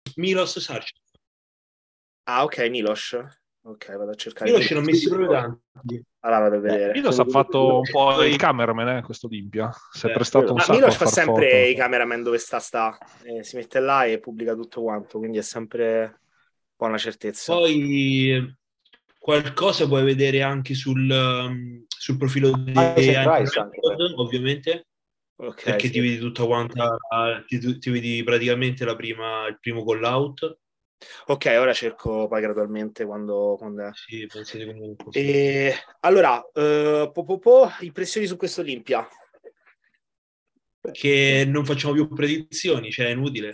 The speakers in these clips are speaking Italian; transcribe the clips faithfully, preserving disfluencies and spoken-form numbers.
Milos Sarcev. Ah, ok, Milos. Ok, vado a cercare. Milos ce l'ho messi proprio tanti. Allora vado a vedere. Milos ha fatto un po' Poi- il cameraman, eh, questo Olimpia. Si è Eh, prestato un Ma sacco Milos a fa far sempre foto. i cameraman dove sta sta. Eh, si mette là e pubblica tutto quanto, quindi è sempre un po' una certezza. Poi qualcosa puoi vedere anche sul, um, sul profilo di Isaac Andrew Rice anche, Redford, ovviamente, Ok, perché sì. ti vedi tutta quanta, ti, ti vedi praticamente la prima, il primo call out. Ok, ora cerco poi gradualmente quando, quando è. Sì, pensate comunque così. E, allora, eh, po, po, po, impressioni su questo Olimpia. Che non facciamo più predizioni, cioè è inutile.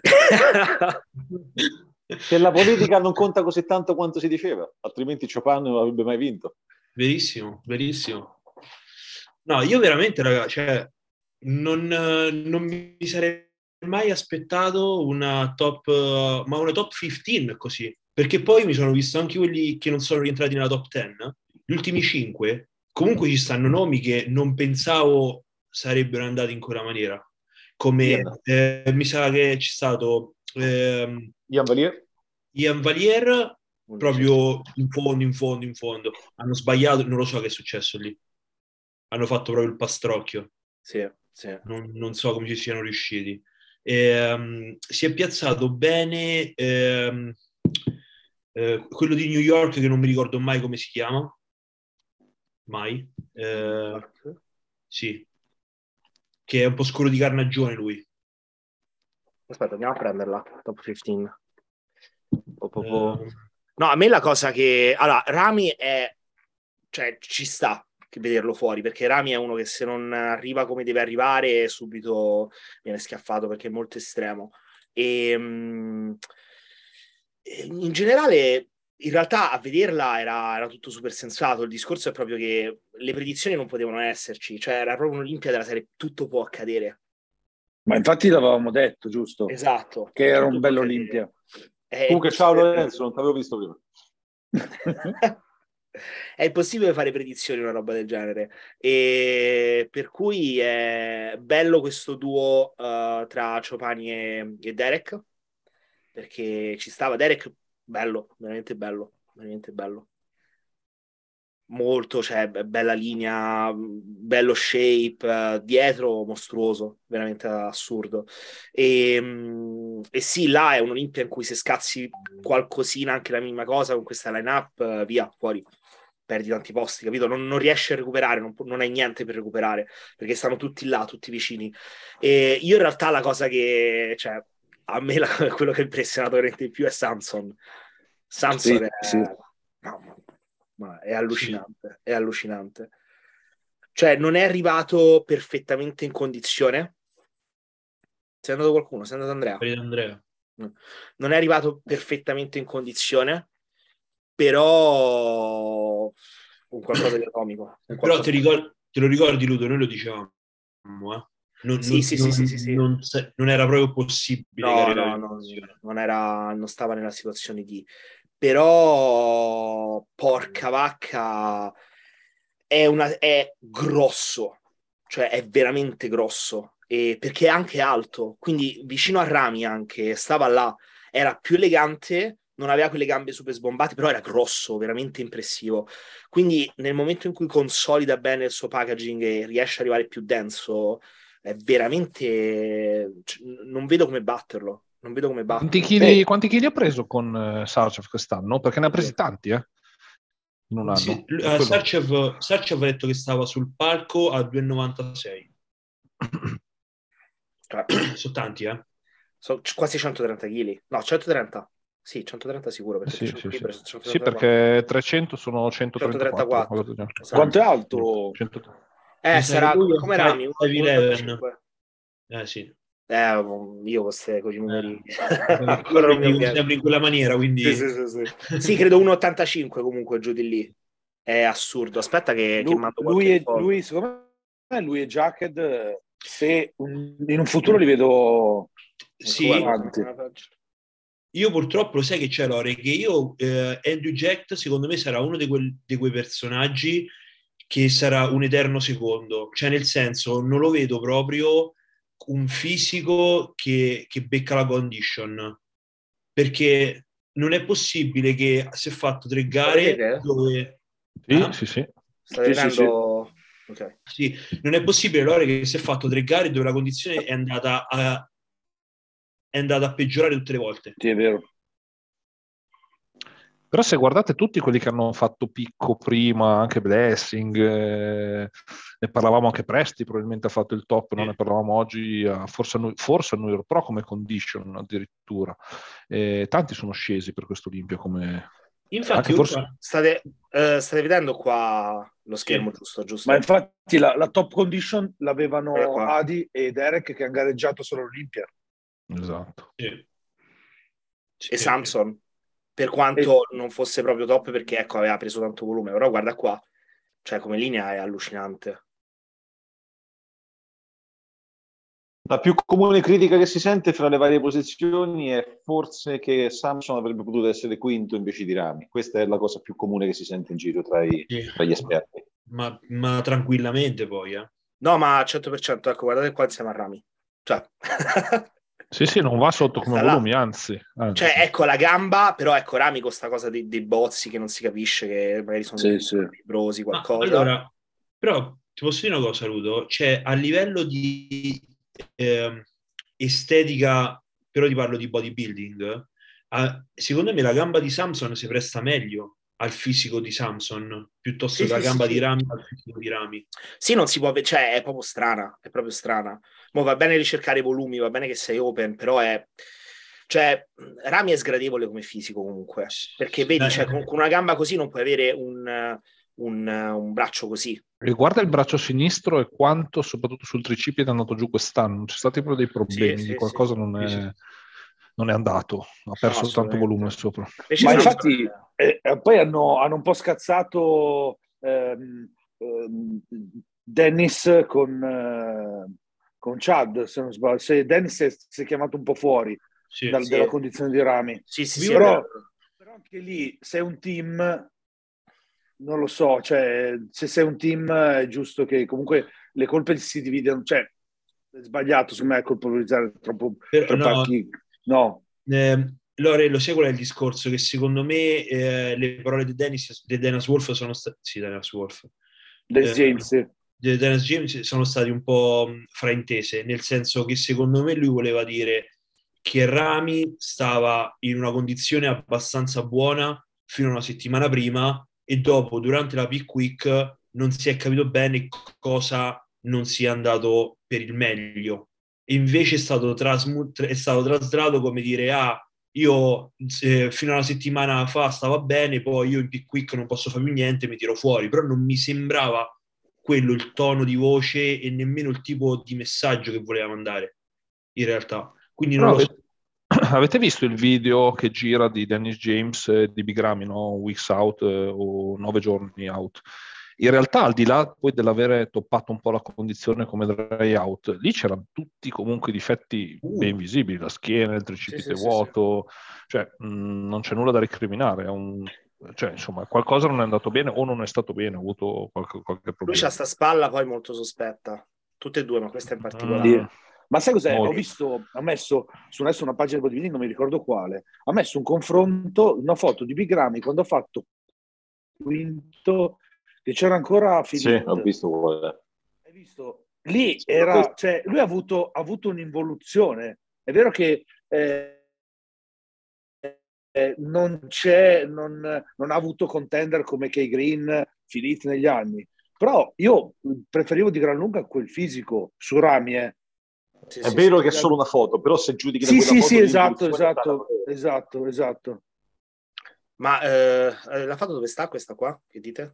Che la politica non conta così tanto quanto si diceva, altrimenti Chopin non avrebbe mai vinto. Verissimo, verissimo. No, io veramente, raga, cioè, non, non mi sarei mai aspettato una top, eh, ma una top quindici così, perché poi mi sono visto anche quelli che non sono rientrati nella top dieci, gli ultimi cinque, comunque ci stanno nomi che non pensavo sarebbero andati in quella maniera, come Ian. eh, mi sa che c'è stato ehm, Ian Valier? Ian Valier, proprio in fondo, in fondo, in fondo. Hanno sbagliato, non lo so che è successo lì. Hanno fatto proprio il pastrocchio. Sì, sì. Non, non so come ci siano riusciti. Ehm, si è piazzato bene ehm, eh, quello di New York, che non mi ricordo mai come si chiama. Mai. Eh, sì. Che è un po' scuro di carnagione lui. Aspetta, andiamo a prenderla. Top quindici. Po, po, po. Eh, No, a me la cosa che... Allora, Rami è... Cioè, ci sta che vederlo fuori, perché Rami è uno che se non arriva come deve arrivare, subito viene schiaffato perché è molto estremo. E... mh, in generale, in realtà, a vederla era, era tutto super sensato. Il discorso è proprio che le predizioni non potevano esserci. Cioè, era proprio un'Olimpia della serie tutto può accadere. Ma infatti l'avevamo detto, giusto? Esatto. Che era Tutto un può bello accadere. Olimpia. È Comunque, ciao impossibile- Lorenzo, non ti avevo visto prima. È impossibile fare predizioni una roba del genere, e per cui è bello questo duo uh, tra Ciopani e, e Derek, perché ci stava Derek, bello, veramente bello, veramente bello. Molto, cioè, be- bella linea, bello shape, eh, dietro mostruoso, veramente assurdo. E, mm, e sì, là è un'Olimpia in cui se scazzi qualcosina, anche la minima cosa, con questa line-up, eh, via, fuori, perdi tanti posti, capito? Non, non riesci a recuperare, non, pu- non hai niente per recuperare, perché stanno tutti là, tutti vicini. E io in realtà la cosa che, cioè, a me la- quello che ha impressionato veramente di più è Samson. Samson Sì, è... sì. no, ma è allucinante, è allucinante. Cioè, non è arrivato perfettamente in condizione. Sei andato qualcuno? Sei andato Andrea? per Andrea. Non è arrivato perfettamente in condizione, però un qualcosa di atomico. Un Però qualcosa ti di- ricordi, te lo ricordi, Ludo? Noi lo dicevamo, eh? Non, Sì, non- sì, sì, non- sì, sì, sì. non- non era proprio possibile che No, arrivavi no, in no, condizione. non era, non stava nella situazione di... Però, porca vacca, è, una, è grosso, cioè è veramente grosso, e perché è anche alto, quindi vicino a Rami anche, stava là, era più elegante, non aveva quelle gambe super sbombate, però era grosso, veramente impressivo. Quindi nel momento in cui consolida bene il suo packaging e riesce ad arrivare più denso, è veramente... cioè, non vedo come batterlo. Non vedo come Quanti batterlo. chili, quanti chili ha preso con eh, Sarcev quest'anno? Perché ne ha presi tanti, eh? In un Sì, anno. l- È eh, quello. Sarcev, Sarcev ha detto che stava sul palco a due virgola novantasei. Cioè, Sono tanti, eh? sono quasi centotrenta chili. No, centotrenta. Sì, centotrenta sicuro, perché Sì, sì, trecento sì. libbre sono Sì, centotrentaquattro. perché trecento sono centotrentaquattro. centotrentaquattro. Esatto. Quanto è alto? cento Eh, Mi sa che sarà lui come è Rami, cinque undici. uno virgola novantacinque. Eh sì. Eh, io con quei numeri Eh, ancora non mi siamo viene. sempre in quella maniera, Sì, quindi... sì, sì, sì. Sì, credo uno virgola ottantacinque comunque giù di lì. È assurdo. Aspetta che, che Lui, mando lui, qualche e, foto. lui, secondo me, lui e Jacket, se un- in un futuro li vedo Sì, avanti. io purtroppo lo sai che c'è, Lore, che io, eh, Andrew Jack, secondo me sarà uno di, quel- di quei personaggi che sarà un eterno secondo. Cioè, nel senso, non lo vedo proprio un fisico che, che becca la condition. perché non è possibile che si è fatto tre gare vedete? dove... Sì, Ah? sì, sì. State Sì, sì, vedendo? Ok. Sì, non è possibile allora che si è fatto tre gare dove la condizione è andata a, è andata a peggiorare tutte le volte. Sì, è vero. Però se guardate tutti quelli che hanno fatto picco prima, anche Blessing, eh, ne parlavamo anche Presti, probabilmente ha fatto il top, non ne parlavamo oggi, a- forse, a New, forse a New York Pro come condition addirittura. Eh, tanti sono scesi per questo Olimpia come... Infatti, Anche forse... ultima- State, eh, state vedendo qua lo schermo, Sì. giusto? giusto? Ma infatti la, la top condition Quella l'avevano qua. Adi e Derek che hanno gareggiato solo all'Olimpia. Esatto. sì. Sì. E Samson, per quanto non fosse proprio top, perché ecco, aveva preso tanto volume, però guarda qua, cioè come linea è allucinante. La più comune critica che si sente fra le varie posizioni è forse che Samson avrebbe potuto essere quinto invece di Rami. Questa è la cosa più comune che si sente in giro tra, i, Sì. tra gli esperti. Ma, ma tranquillamente poi, eh. No, ma al cento per cento, ecco, guardate qua insieme a Rami. Cioè, Sì, sì, non va sotto come sta là. volumi, anzi. anzi. Cioè, ecco la gamba, però ecco Rami con sta cosa dei, dei bozzi che non si capisce, che magari sono Sì, dei sì. brosi, Ma qualcosa. allora, però ti posso dire una cosa, Ludo, cioè a livello di ehm, estetica, però ti parlo di bodybuilding, eh, secondo me la gamba di Samson si presta meglio al fisico di Samson piuttosto Sì, che la sì, gamba sì. di Rami al fisico di Rami. Sì, non si può, ve- cioè è proprio strana, è proprio strana. Mo va bene ricercare i volumi, va bene che sei open, però è, cioè, Rami è sgradevole come fisico comunque, perché vedi, cioè, con, con una gamba così non puoi avere un, un, un braccio così. E guarda il braccio sinistro e quanto, soprattutto sul tricipite, è andato giù quest'anno. C'è stati proprio dei problemi, Sì, di sì, qualcosa sì. non Sì, è, sì. non è andato, ha No, perso tanto volume assolutamente. sopra. Invece Ma Samson infatti è- eh, poi hanno, hanno un po' scazzato ehm, ehm, Dennis con, eh, con Chad, se non sbaglio. Se Dennis è- si è chiamato un po' fuori Sì. dal- sì, dalla condizione di Rami. sì, sì, Vi sì, è vorrei- Però, vero. però anche lì, se è un team, non lo so, cioè, se sei un team è giusto che comunque le colpe si dividono, cioè, è sbagliato secondo me colpevolizzare troppo, Però, troppa no, chi... No, eh, Lore, lo sai qual è il discorso? Che secondo me eh, le parole di Dennis, di Dennis Wolf sono state... Sì, Dennis Wolf. Dennis Eh, James, sì. di Dennis James sono stati un po' mh, fraintese, nel senso che secondo me lui voleva dire che Rami stava in una condizione abbastanza buona fino a una settimana prima e dopo, durante la peak week, non si è capito bene cosa non sia andato per il meglio. E invece è stato, trasmu- è stato traslato come dire, ah, io eh, fino a una settimana fa stava bene, poi io in peak week non posso fare più niente, mi tiro fuori, però non mi sembrava quello il tono di voce e nemmeno il tipo di messaggio che voleva mandare in realtà. Quindi non Però lo so. avete, avete visto il video che gira di Dennis James e di Big Ramy, no? Weeks out eh, o nove giorni out? In realtà, al di là poi dell'avere toppato un po' la condizione come dry out, lì c'erano tutti comunque i difetti ben Uh, visibili, la schiena, il Sì, tricipite sì, sì, sì. vuoto, cioè mh, non c'è nulla da recriminare, è un- cioè, insomma, qualcosa non è andato bene o non è stato bene, ha avuto qualche, qualche Lui problema. c'ha sta spalla poi molto sospetta, tutte e due, ma questa in Sì. particolare. Mm, Ma sai cos'è? Ho molto. visto, ha messo su adesso una pagina di bodybuilding, non mi ricordo quale, ha messo un confronto, una foto di Big Ramy quando ha fatto quinto, che c'era ancora Sì, Philippe. ho visto qual è. Hai visto? Lì Sì, era, questo. cioè, lui ha avuto, ha avuto un'involuzione. È vero che eh, eh, non c'è, non, non ha avuto contender come Kay Green, Philippe negli anni. Però io preferivo di gran lunga quel fisico su Rami, eh. Sì, È sì, sì. vero che è solo una foto, però se giudichi da Sì, quella sì, foto sì, esatto, l'involuzione è stata esatto, notevole. esatto, esatto. Ma eh, eh, la foto dove sta questa qua? Che dite?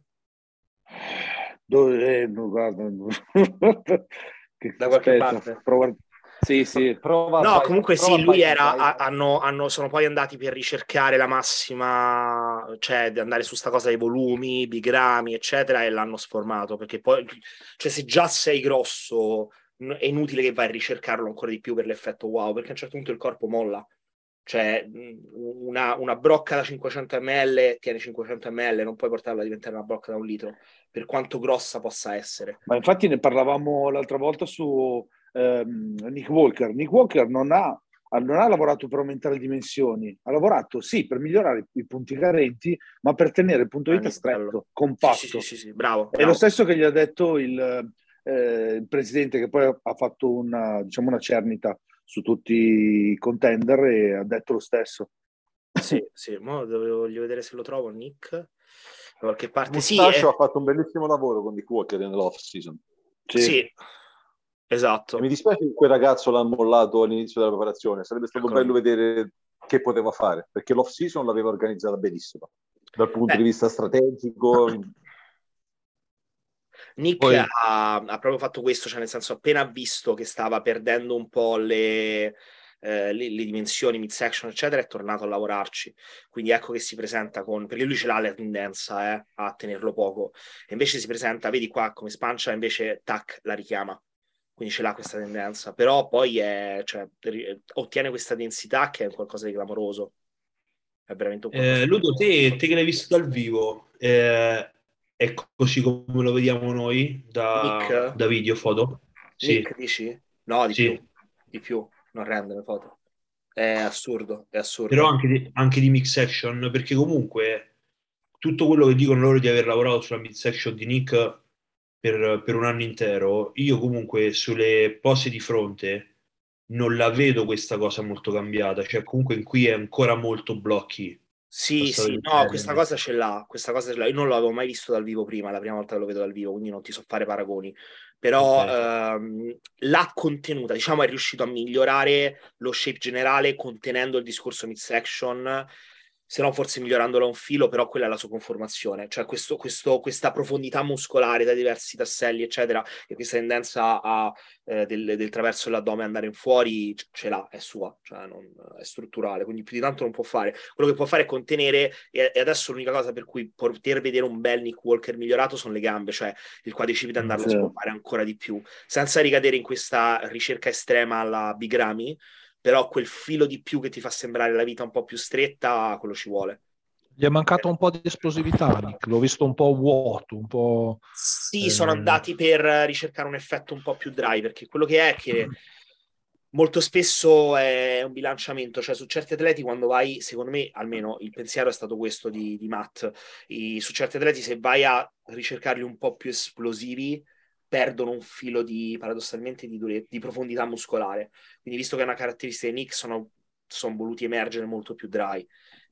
Dove, eh, no, guarda, no. Che- Da qualche aspetta, parte? prova. Sì, sì. Prova a No, by- comunque prova sì, a lui by- era, by- ha- hanno, hanno- sono poi andati per ricercare la massima, cioè di andare su sta cosa dei volumi, bigrammi, eccetera, e l'hanno sformato, perché poi, cioè se già sei grosso, n- è inutile che vai a ricercarlo ancora di più per l'effetto wow, perché a un certo punto il corpo molla. Cioè mh, una, una brocca da cinquecento millilitri tiene cinquecento millilitri, non puoi portarla a diventare una brocca da un litro, per quanto grossa possa essere. Ma infatti ne parlavamo l'altra volta su ehm, Nick Walker. Nick Walker non ha non ha lavorato per aumentare le dimensioni, ha lavorato sì per migliorare i punti carenti, ma per tenere il punto di vista stretto, compatto. Sì, sì, sì, sì, bravo, È bravo. lo stesso che gli ha detto il, eh, il presidente, che poi ha fatto una, diciamo, una cernita su tutti i contender e ha detto lo stesso. Sì, sì, mo voglio vedere se lo trovo, Nick. Da qualche parte. Mustascio sì, è... ha fatto un bellissimo lavoro con Nick Walker nell'off season. Sì. sì, esatto. E mi dispiace che quel ragazzo l'ha mollato all'inizio della preparazione. Sarebbe stato ecco. bello vedere che poteva fare, perché l'off season l'aveva organizzata benissimo dal punto Beh. di vista strategico. Nick Poi... ha, ha proprio fatto questo, cioè nel senso appena visto che stava perdendo un po' le, eh, le, le dimensioni, midsection eccetera, è tornato a lavorarci, quindi ecco che si presenta con, perché lui ce l'ha la tendenza eh, a tenerlo poco, e invece si presenta, vedi qua come spancia, invece tac, la richiama, quindi ce l'ha questa tendenza, però poi è, cioè, ottiene questa densità che è qualcosa di clamoroso, è veramente un qualcosa eh, di Ludo, te, te che l'hai visto dal vivo, eh, è così come lo vediamo noi da, Nick? da video, foto? Nick Sì. dici? No, di Sì. più, di più, non rende le foto. È assurdo, è assurdo. Però anche di, anche di mix action, perché comunque tutto quello che dicono loro di aver lavorato sulla mix action di Nick per, per un anno intero, io comunque sulle pose di fronte non la vedo questa cosa molto cambiata, cioè comunque qui è ancora molto blocchi. Sì, sì, no, questa cosa ce l'ha, questa cosa ce l'ha. Io non l'avevo mai visto dal vivo prima, è la prima volta che lo vedo dal vivo, quindi non ti so fare paragoni. Però okay. ehm, l'ha contenuta, diciamo, è riuscito a migliorare lo shape generale contenendo il discorso midsection, se no forse migliorandolo un filo, però quella è la sua conformazione, cioè questo, questo, questa profondità muscolare da diversi tasselli, eccetera, e questa tendenza a, eh, del, del traverso dell'addome andare in fuori, ce l'ha, è sua, cioè non, è strutturale, quindi più di tanto non può fare. Quello che può fare è contenere, e, e adesso l'unica cosa per cui poter vedere un bel Nick Walker migliorato sono le gambe, cioè il quadricipite andarlo sì. a scompare ancora di più, senza ricadere in questa ricerca estrema alla Big Ramy, però quel filo di più che ti fa sembrare la vita un po' più stretta, quello ci vuole. Gli è mancato un po' di esplosività, Nick. L'ho visto un po' vuoto, un po'... Sì, eh... sono andati per ricercare un effetto un po' più dry, perché quello che è che molto spesso è un bilanciamento, cioè su certi atleti quando vai, secondo me, almeno il pensiero è stato questo di, di Matt, I, su certi atleti se vai a ricercarli un po' più esplosivi, perdono un filo di, paradossalmente, di, dure, di profondità muscolare. Quindi visto che è una caratteristica di Nick, sono, sono voluti emergere molto più dry.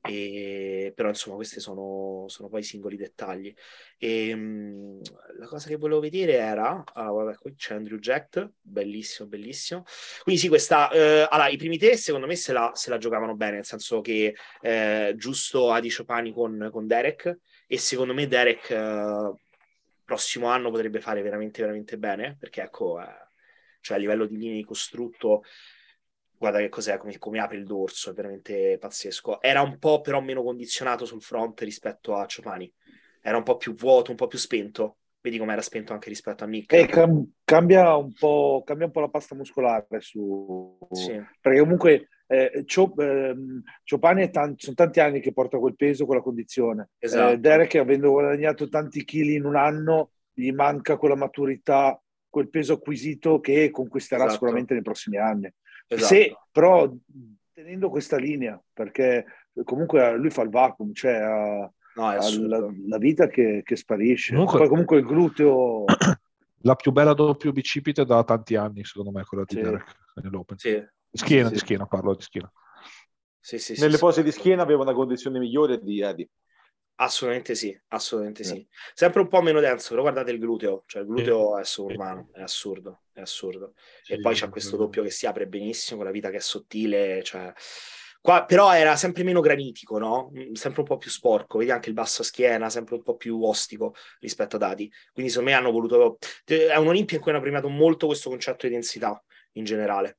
E, però insomma questi sono, sono poi singoli dettagli. E, mh, la cosa che volevo vedere era ah, vabbè, qui c'è Andrew Jack, bellissimo, bellissimo. Quindi sì, questa eh, allora, i primi tre secondo me se la, se la giocavano bene, nel senso che eh, giusto Adi Chopani con, con Derek, e secondo me Derek eh, prossimo anno potrebbe fare veramente veramente bene, perché ecco eh, cioè a livello di linee di costrutto, guarda che cos'è, come, come apre il dorso, è veramente pazzesco. Era un po' però meno condizionato sul front rispetto a Chopani, era un po' più vuoto, un po' più spento, vedi come era spento anche rispetto a Nick. E cam- cambia, un po', cambia un po' la pasta muscolare su... Sì. Perché comunque eh, Ciop, eh, Chopani è tanti, sono tanti anni che porta quel peso, quella condizione. Esatto. Eh, Derek, avendo guadagnato tanti chili in un anno, gli manca quella maturità, quel peso acquisito che conquisterà esatto. sicuramente nei prossimi anni. Esatto. Se però tenendo questa linea, perché comunque lui fa il vacuum, cioè ha, no, è ha la, la vita che, che sparisce. Comunque, poi comunque il gluteo... La più bella doppio bicipite da tanti anni, secondo me, quella di sì. Derek nell'Open. Sì. Schiena, sì, di sì. schiena, parlo di schiena. Sì, sì, Nelle sì, pose sì. di schiena aveva una condizione migliore di Eddie. Assolutamente sì, assolutamente sì. Sempre un po' meno denso, però guardate il gluteo, cioè il gluteo è sovrumano, è assurdo, è assurdo. Sì, e poi sì, c'ha questo sì. doppio che si apre benissimo, con la vita che è sottile, cioè... Qua, però era sempre meno granitico, no? Sempre un po' più sporco, vedi anche il basso a schiena, sempre un po' più ostico rispetto ad Adi. Quindi secondo me hanno voluto... È un Olimpia in cui hanno premiato molto questo concetto di densità, in generale.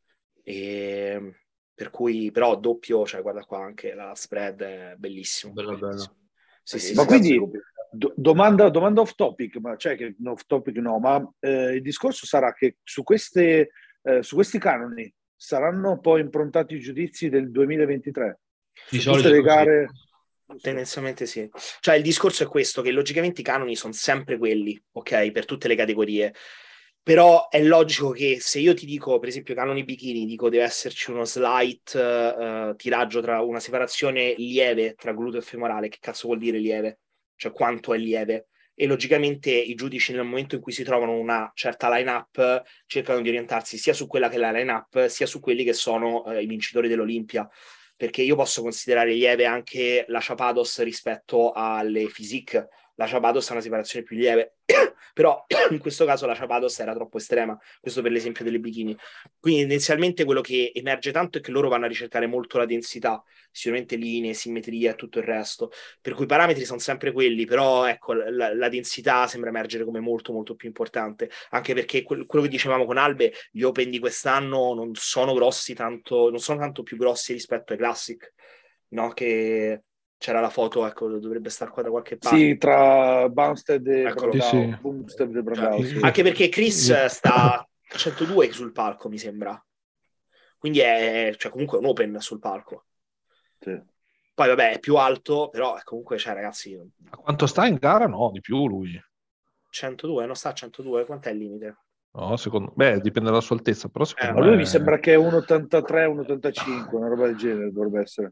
E... Per cui, però, doppio, cioè guarda qua anche la spread è bellissimo. Bello, bellissimo. bello. Sì, sì, ma sì, quindi sì. do, domanda, domanda off topic, ma cioè che off topic no, ma eh, il discorso sarà che su, queste, eh, su questi canoni saranno poi improntati i giudizi del duemilaventitré Di su tutte le gare. Tendenzialmente sì. Cioè il discorso è questo, che logicamente i canoni sono sempre quelli, ok, per tutte le categorie. Però è logico che se io ti dico, per esempio, canoni bikini, dico deve esserci uno slight uh, tiraggio tra una separazione lieve tra gluteo e femorale, che cazzo vuol dire lieve? Cioè quanto è lieve? E logicamente i giudici nel momento in cui si trovano una certa line-up cercano di orientarsi sia su quella che è la line-up, sia su quelli che sono uh, i vincitori dell'Olimpia, perché io posso considerare lieve anche la Chapados rispetto alle physique. La Chapados ha una separazione più lieve, però in questo caso la Chapados era troppo estrema, questo per l'esempio delle bikini. Quindi tendenzialmente quello che emerge tanto è che loro vanno a ricercare molto la densità, sicuramente linee, simmetria e tutto il resto, per cui i parametri sono sempre quelli, però ecco, la, la densità sembra emergere come molto molto più importante, anche perché quel, quello che dicevamo con Albe, gli Open di quest'anno non sono grossi tanto, non sono tanto più grossi rispetto ai Classic, no? Che c'era la foto, ecco, dovrebbe stare qua da qualche parte. Sì, tra Bumstead e Eccolo. Brandao. Sì, sì. Bumstead e Brandao, Cioè, sì. anche perché Chris sta a centodue sul palco, mi sembra. Quindi è, cioè, comunque un open sul palco. Sì. Poi vabbè, è più alto, però comunque, cioè, ragazzi... A quanto sta in gara? No, di più lui. centodue, non sta a centodue? Quant'è il limite? No, secondo beh, dipende dalla sua altezza, però secondo Eh, me... Ma lui mi sembra che è uno virgola ottantatré, uno virgola ottantacinque, una roba del genere dovrebbe essere.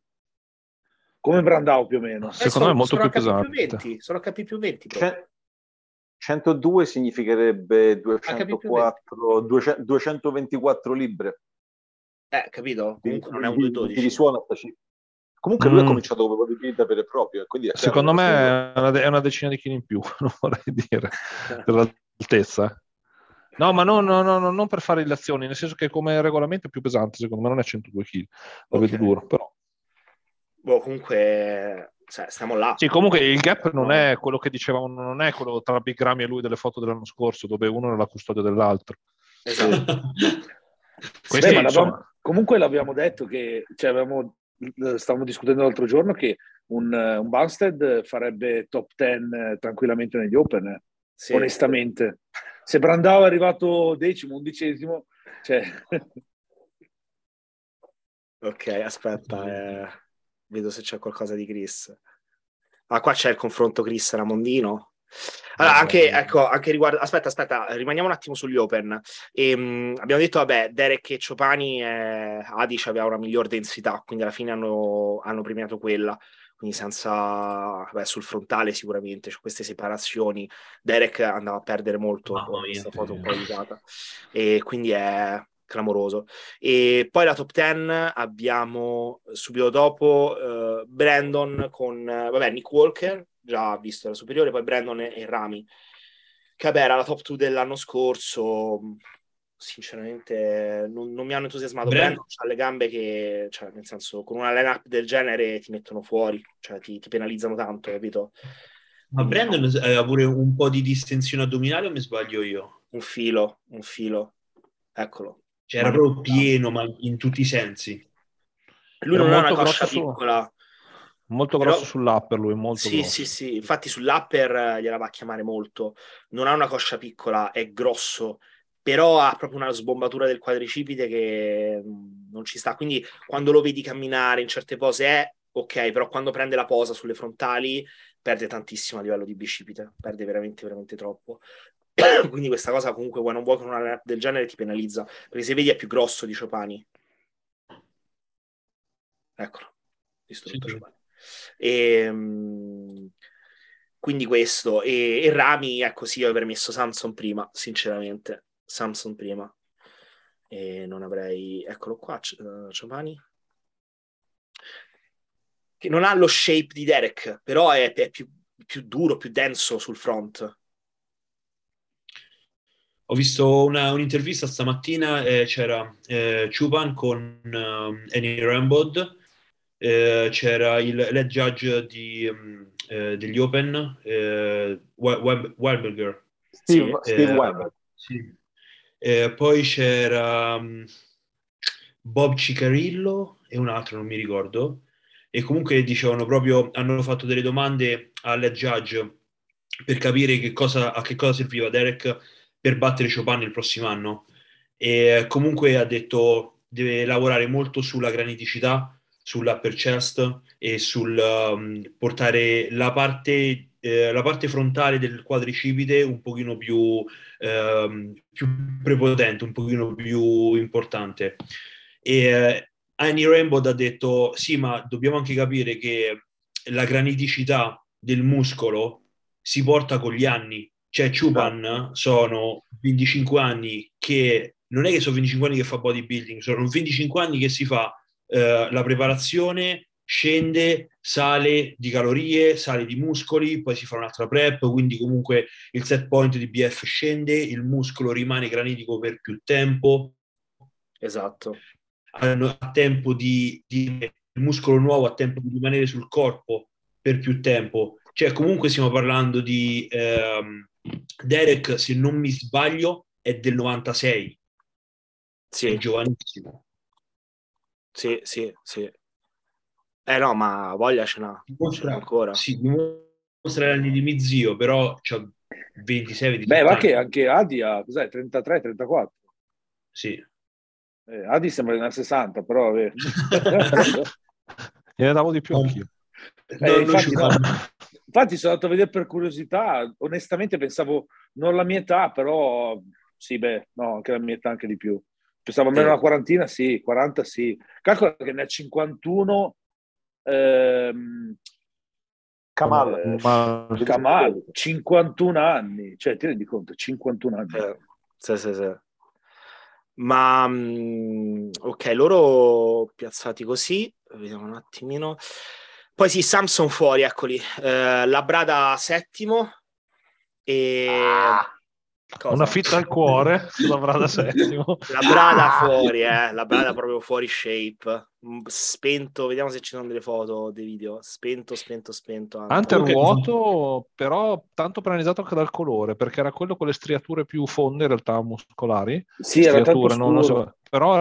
Come Brandao più o meno. Eh, Secondo me è molto sono più H P più pesante. venti, sono H P più venti. Cioè, centodue significherebbe H P più duecentoquattro, duecento duecentoventiquattro libbre. Eh, capito? Comunque non è un Di- due di- dodici. di risuona sta cifra. Comunque lui ha Mm. cominciato come bodybuilder vero e proprio, quindi è chiaro Secondo che me secondo- è una, de- è una decina di chili in più, non vorrei dire, per l'altezza. No, ma no, no, no, no, non per fare illazioni, nel senso che come regolamento è più pesante, secondo me non è centodue chili, lo Ok. vedo duro, però... Boh, comunque, cioè, stiamo là. Sì, comunque il gap non No. è quello che dicevamo, non è quello tra Big Ramy e lui delle foto dell'anno scorso, dove uno era la custodia dell'altro. Esatto. Questi, Beh, ma insomma, l'avevamo- comunque l'abbiamo detto che, cioè, avevamo, stavamo discutendo l'altro giorno che un, un Bumstead farebbe top dieci eh, tranquillamente negli Open, eh. Sì. Onestamente. Se Brandao è arrivato decimo, undicesimo, cioè... Ok, aspetta, eh, vedo se c'è qualcosa di Chris. Ah, qua c'è il confronto Chris-Ramondino. Allora, anche, ecco, anche riguardo... Aspetta, aspetta, rimaniamo un attimo sugli Open. E, mh, abbiamo detto, vabbè, Derek e Ciopani, eh, Adic aveva una miglior densità, quindi alla fine hanno, hanno premiato quella. Quindi senza... Vabbè, sul frontale sicuramente, c'è queste separazioni. Derek andava a perdere molto Mamma con mia, questa sì. foto un po' editata. E quindi è clamoroso. E poi la top dieci abbiamo subito dopo uh, Brandon con uh, vabbè, Nick Walker, già visto la superiore, poi Brandon e, e Rami, che vabbè era la top due dell'anno scorso. Sinceramente non, non mi hanno entusiasmato. Brand- Brandon ha le gambe che, cioè, nel senso, con una line-up del genere ti mettono fuori, cioè ti, ti penalizzano tanto, capito? Ma Quindi, Brandon aveva pure un po' di distensione addominale o mi sbaglio io? un filo, un filo, eccolo. Cioè era proprio pieno, ma in tutti i sensi. Lui Era non ha una molto coscia grosso su- piccola. molto Però- grosso sull'upper lui, molto Sì, grosso. sì, sì, infatti sull'upper eh, gliela va a chiamare molto. Non ha una coscia piccola, è grosso, però ha proprio una sbombatura del quadricipite che mm, non ci sta. Quindi quando lo vedi camminare in certe pose è ok, però quando prende la posa sulle frontali perde tantissimo a livello di bicipite, perde veramente, veramente troppo. Quindi questa cosa comunque vuoi non vuoi con una rap del genere ti penalizza, perché se vedi è più grosso di Ciopani. Eccolo, distrutto Sì, sì. Ciopani. E, mh, quindi questo e, e Rami, ecco sì, io avrei messo Samson prima, sinceramente Samson prima e non avrei, eccolo qua, uh, Ciopani che non ha lo shape di Derek, però è, è più, più duro, più denso sul front. Ho visto una, un'intervista stamattina e c'era eh, Chuban con eh, Annie Rambod, eh, c'era il lead judge di, um, eh, degli Open, eh, Web- Webberger. Steve, Sì. Steve Eh, Webb. sì. Eh, poi c'era um, Bob Cicarillo e un altro, non mi ricordo. E comunque dicevano proprio, hanno fatto delle domande al judge per capire che cosa, a che cosa serviva Derek per battere Chopin il prossimo anno. E comunque ha detto deve lavorare molto sulla graniticità, sull'upper chest e sul um, portare la parte eh, la parte frontale del quadricipite un pochino più, ehm, più prepotente, un pochino più importante. E eh, Annie Rainbow ha detto sì, ma dobbiamo anche capire che la graniticità del muscolo si porta con gli anni. Cioè Chuban sono venticinque anni che non è che sono venticinque anni che fa bodybuilding, sono venticinque anni che si fa eh, la preparazione, scende, sale di calorie, sale di muscoli, poi si fa un'altra prep, quindi comunque il set point di B F scende, il muscolo rimane granitico per più tempo. Esatto. Ha tempo di, di il muscolo nuovo ha tempo di rimanere sul corpo per più tempo. Cioè comunque stiamo parlando di ehm, Derek, se non mi sbaglio, è del novantasei. Sì. È giovanissimo. Sì, sì, sì. Eh no, ma voglia ce n'ha, ce n'ha ancora. Sì, dimostra gli anni di mio zio, però c'ha ventisei ventisette Beh, ma anni. che anche Adi ha, cos'è, trentatré trentaquattro? Sì. Eh, Adi sembra di una sessanta, però... Eh. Ne davo di più anch'io. Eh, infatti, no. Infatti sono andato a vedere per curiosità, onestamente pensavo non la mia età, però sì, beh, no, anche la mia età, anche di più. Pensavo almeno una quarantina, sì, quaranta sì. Calcola che ne ha cinquantuno ehm, Kamal, eh, Ma... Kamal, cinquantuno anni, cioè ti rendi conto, cinquantuno anni. Eh, sì, sì, sì. Ma mh, ok, loro piazzati così, vediamo un attimino. Poi sì, Samson fuori, eccoli. Eh, Labrada settimo e Ah, cosa? una fitta al cuore sulla Brada settimo. Labrada fuori, eh, Labrada proprio fuori shape. Spento, vediamo se ci sono delle foto, dei video. Spento, spento, spento. Hunter, Hunter Okay. vuoto, però tanto penalizzato anche dal colore, perché era quello con le striature più fonde, in realtà muscolari. Sì, era troppo striature, non, non scuro. so, però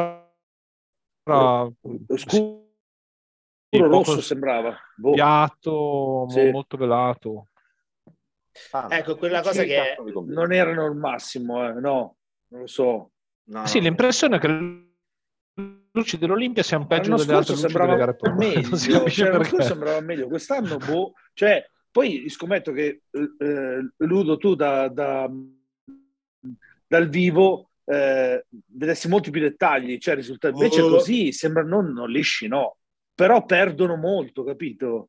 era Scuro sì, rosso poco sembrava. Boh. piatto, Sì. molto velato. Ah, ecco, quella cosa Sì, che... non erano il massimo, eh, no, non lo so. No, Sì, no. l'impressione è che le luci dell'Olimpia siano peggio L'anno delle altre scorso luci delle sembrava gare pro. Non si meglio, capisce cioè l'anno perché. scorso sembrava meglio, quest'anno boh, cioè poi scommetto che eh, Ludo tu da, da, dal vivo eh, vedessi molti più dettagli, cioè risulta invece Oh. così sembra non, non lisci, no, però perdono molto, capito?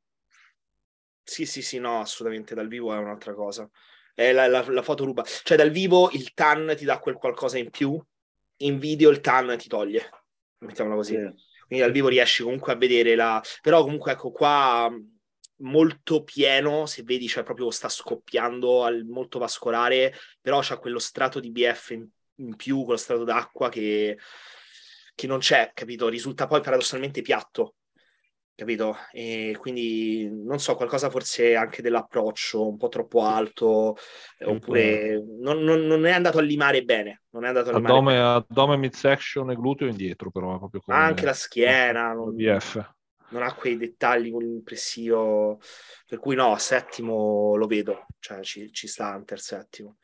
Sì, sì, sì, no, assolutamente, dal vivo è un'altra cosa. È la, la, la foto ruba. Cioè, dal vivo il tan ti dà quel qualcosa in più, in video il tan ti toglie, mettiamola così. Sì. Quindi dal vivo riesci comunque a vedere la... Però comunque, ecco, qua molto pieno, se vedi, cioè proprio sta scoppiando, al, molto vascolare, però c'ha quello strato di B F in, in più, quello strato d'acqua che, che non c'è, capito? Risulta poi paradossalmente piatto. Capito? E quindi non so, qualcosa forse anche dell'approccio un po' troppo alto, eh, oppure non, non, non è andato a limare bene. Non è andato a limare Addome, bene. addome, midsection e gluteo indietro, però è proprio come Anche la schiena non, B F. non ha quei dettagli, quell'impressione. Per cui no, settimo lo vedo, cioè ci, ci sta Hunter settimo.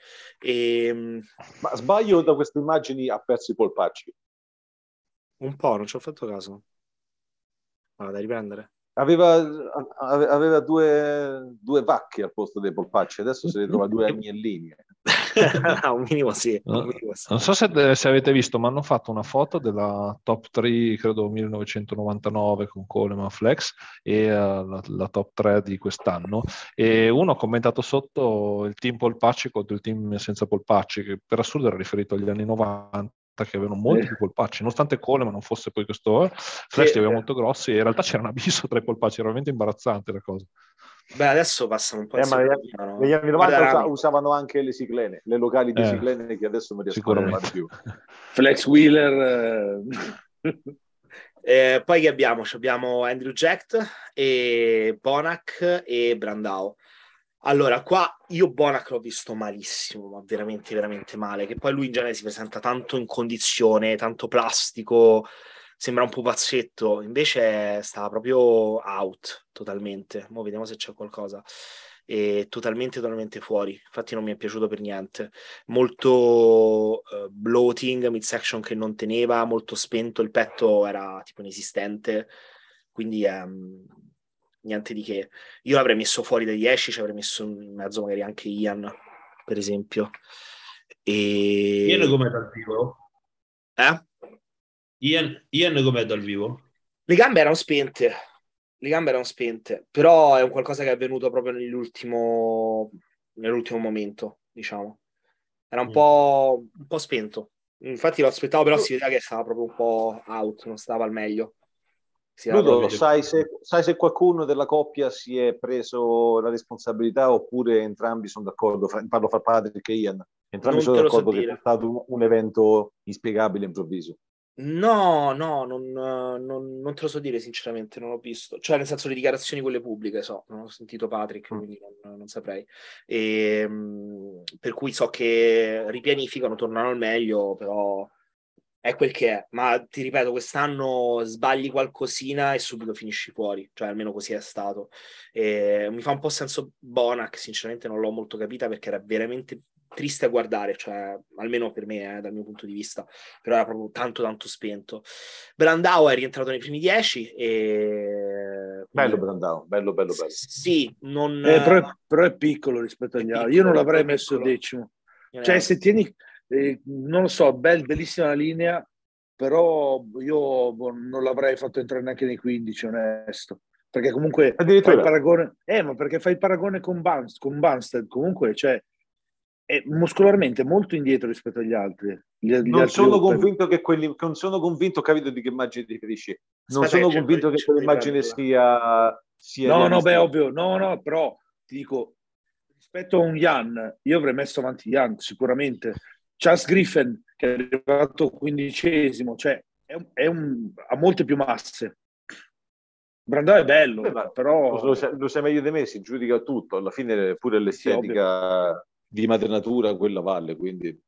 E, Ma sbaglio, da queste immagini ha perso i polpacci? un po', non ci ho fatto caso. Vado da riprendere. Aveva, aveva due, due vacche al posto dei polpacci, adesso se ne trova due agnellini. No, un minimo sì. Un minimo sì. Non so se, se avete visto, ma hanno fatto una foto della top tre, credo millenovecentonovantanove con Coleman Flex e uh, la, la top tre di quest'anno. E uno ha commentato sotto il team polpacci contro il team senza polpacci, che per assurdo era riferito agli anni novanta, che avevano molti Eh. più polpacci, nonostante Coleman non fosse poi questo eh, Flex Sì, li aveva eh. molto grossi, e in realtà c'era un abisso tra i polpacci, era veramente imbarazzante la cosa. Beh, adesso passano un po' Eh, in ma negli, secondo, negli anni Guarda, novanta usa, Rami. usavano anche le ciclene, le locali di Eh, ciclene che adesso non riescono a trovare più. Flex Wheeler eh. Eh, poi che abbiamo? Abbiamo Andrew Jack e Bonac e Brandao. Allora, qua io Bonac l'ho visto malissimo, ma veramente, veramente male, che poi lui in genere si presenta tanto in condizione, tanto plastico, sembra un pupazzetto, invece stava proprio out, totalmente. Mo' vediamo se c'è qualcosa. E totalmente, totalmente fuori. Infatti non mi è piaciuto per niente. Molto uh, bloating, midsection che non teneva, molto spento, il petto era tipo inesistente, quindi um, niente di che. Io l'avrei messo fuori dai dieci, ci avrei messo in mezzo magari anche Ian, per esempio. E... Ian com'è dal vivo? Eh? Ian, Ian com'è dal vivo? Le gambe erano spente, le gambe erano spente, però è un qualcosa che è avvenuto proprio nell'ultimo, nell'ultimo momento, diciamo. Era un Mm. po', un po' spento. Infatti lo aspettavo, però si vedeva che stava proprio un po' out, non stava al meglio. Si era Ludo, proprio- sai se, sai se qualcuno della coppia si è preso la responsabilità oppure entrambi sono d'accordo? Fra- parlo fra Patrick e Ian. Entrambi Non sono te lo so d'accordo che dire. è stato un, un evento inspiegabile, improvviso. No, no, non, non- non te lo so dire sinceramente, non ho visto. Cioè, nel senso, le dichiarazioni quelle pubbliche, so, non ho sentito Patrick, Mm. quindi non, non saprei. E, mh, per cui so che ripianificano, tornano al meglio, però è quel che è. Ma ti ripeto, quest'anno sbagli qualcosina e subito finisci fuori, cioè almeno così è stato. E mi fa un po' senso Bonac, sinceramente non l'ho molto capita perché era veramente triste a guardare, cioè almeno per me, eh, dal mio punto di vista, però era proprio tanto tanto spento. Brandao è rientrato nei primi dieci e Bello quindi- Brandao, bello, bello, bello. sì, non Eh, però, è, però è piccolo rispetto È agli altri. piccolo, Io non l'avrei piccolo, messo piccolo. decimo. Io Cioè, ne- se tieni, eh, non lo so, bel, bellissima la linea, però io boh, non l'avrei fatto entrare neanche nei quindici, onesto. Perché comunque fai il Addirittura paragone, eh, ma perché fai il paragone con, Bans, con Bumstead, comunque, cioè, è muscolarmente molto indietro rispetto agli altri. Gli, gli non altri sono open. convinto che quelli, non sono convinto, capito di che immagine ti riferisci. Non Aspetta, sono che convinto cerco- che cerco di quell'immagine prenderla. sia, sia No, no, beh, realistica. ovvio, no, no, però ti dico, rispetto a un Jan, io avrei messo avanti Jan, sicuramente. Charles Griffin, che è arrivato quindicesimo, cioè è un, è un- ha molte più masse. Brandao è bello, Beh, ma però lo, sai, lo sai meglio di me, si giudica tutto, alla fine pure sì, sì, ovvio. l'estetica di madre natura quella vale, quindi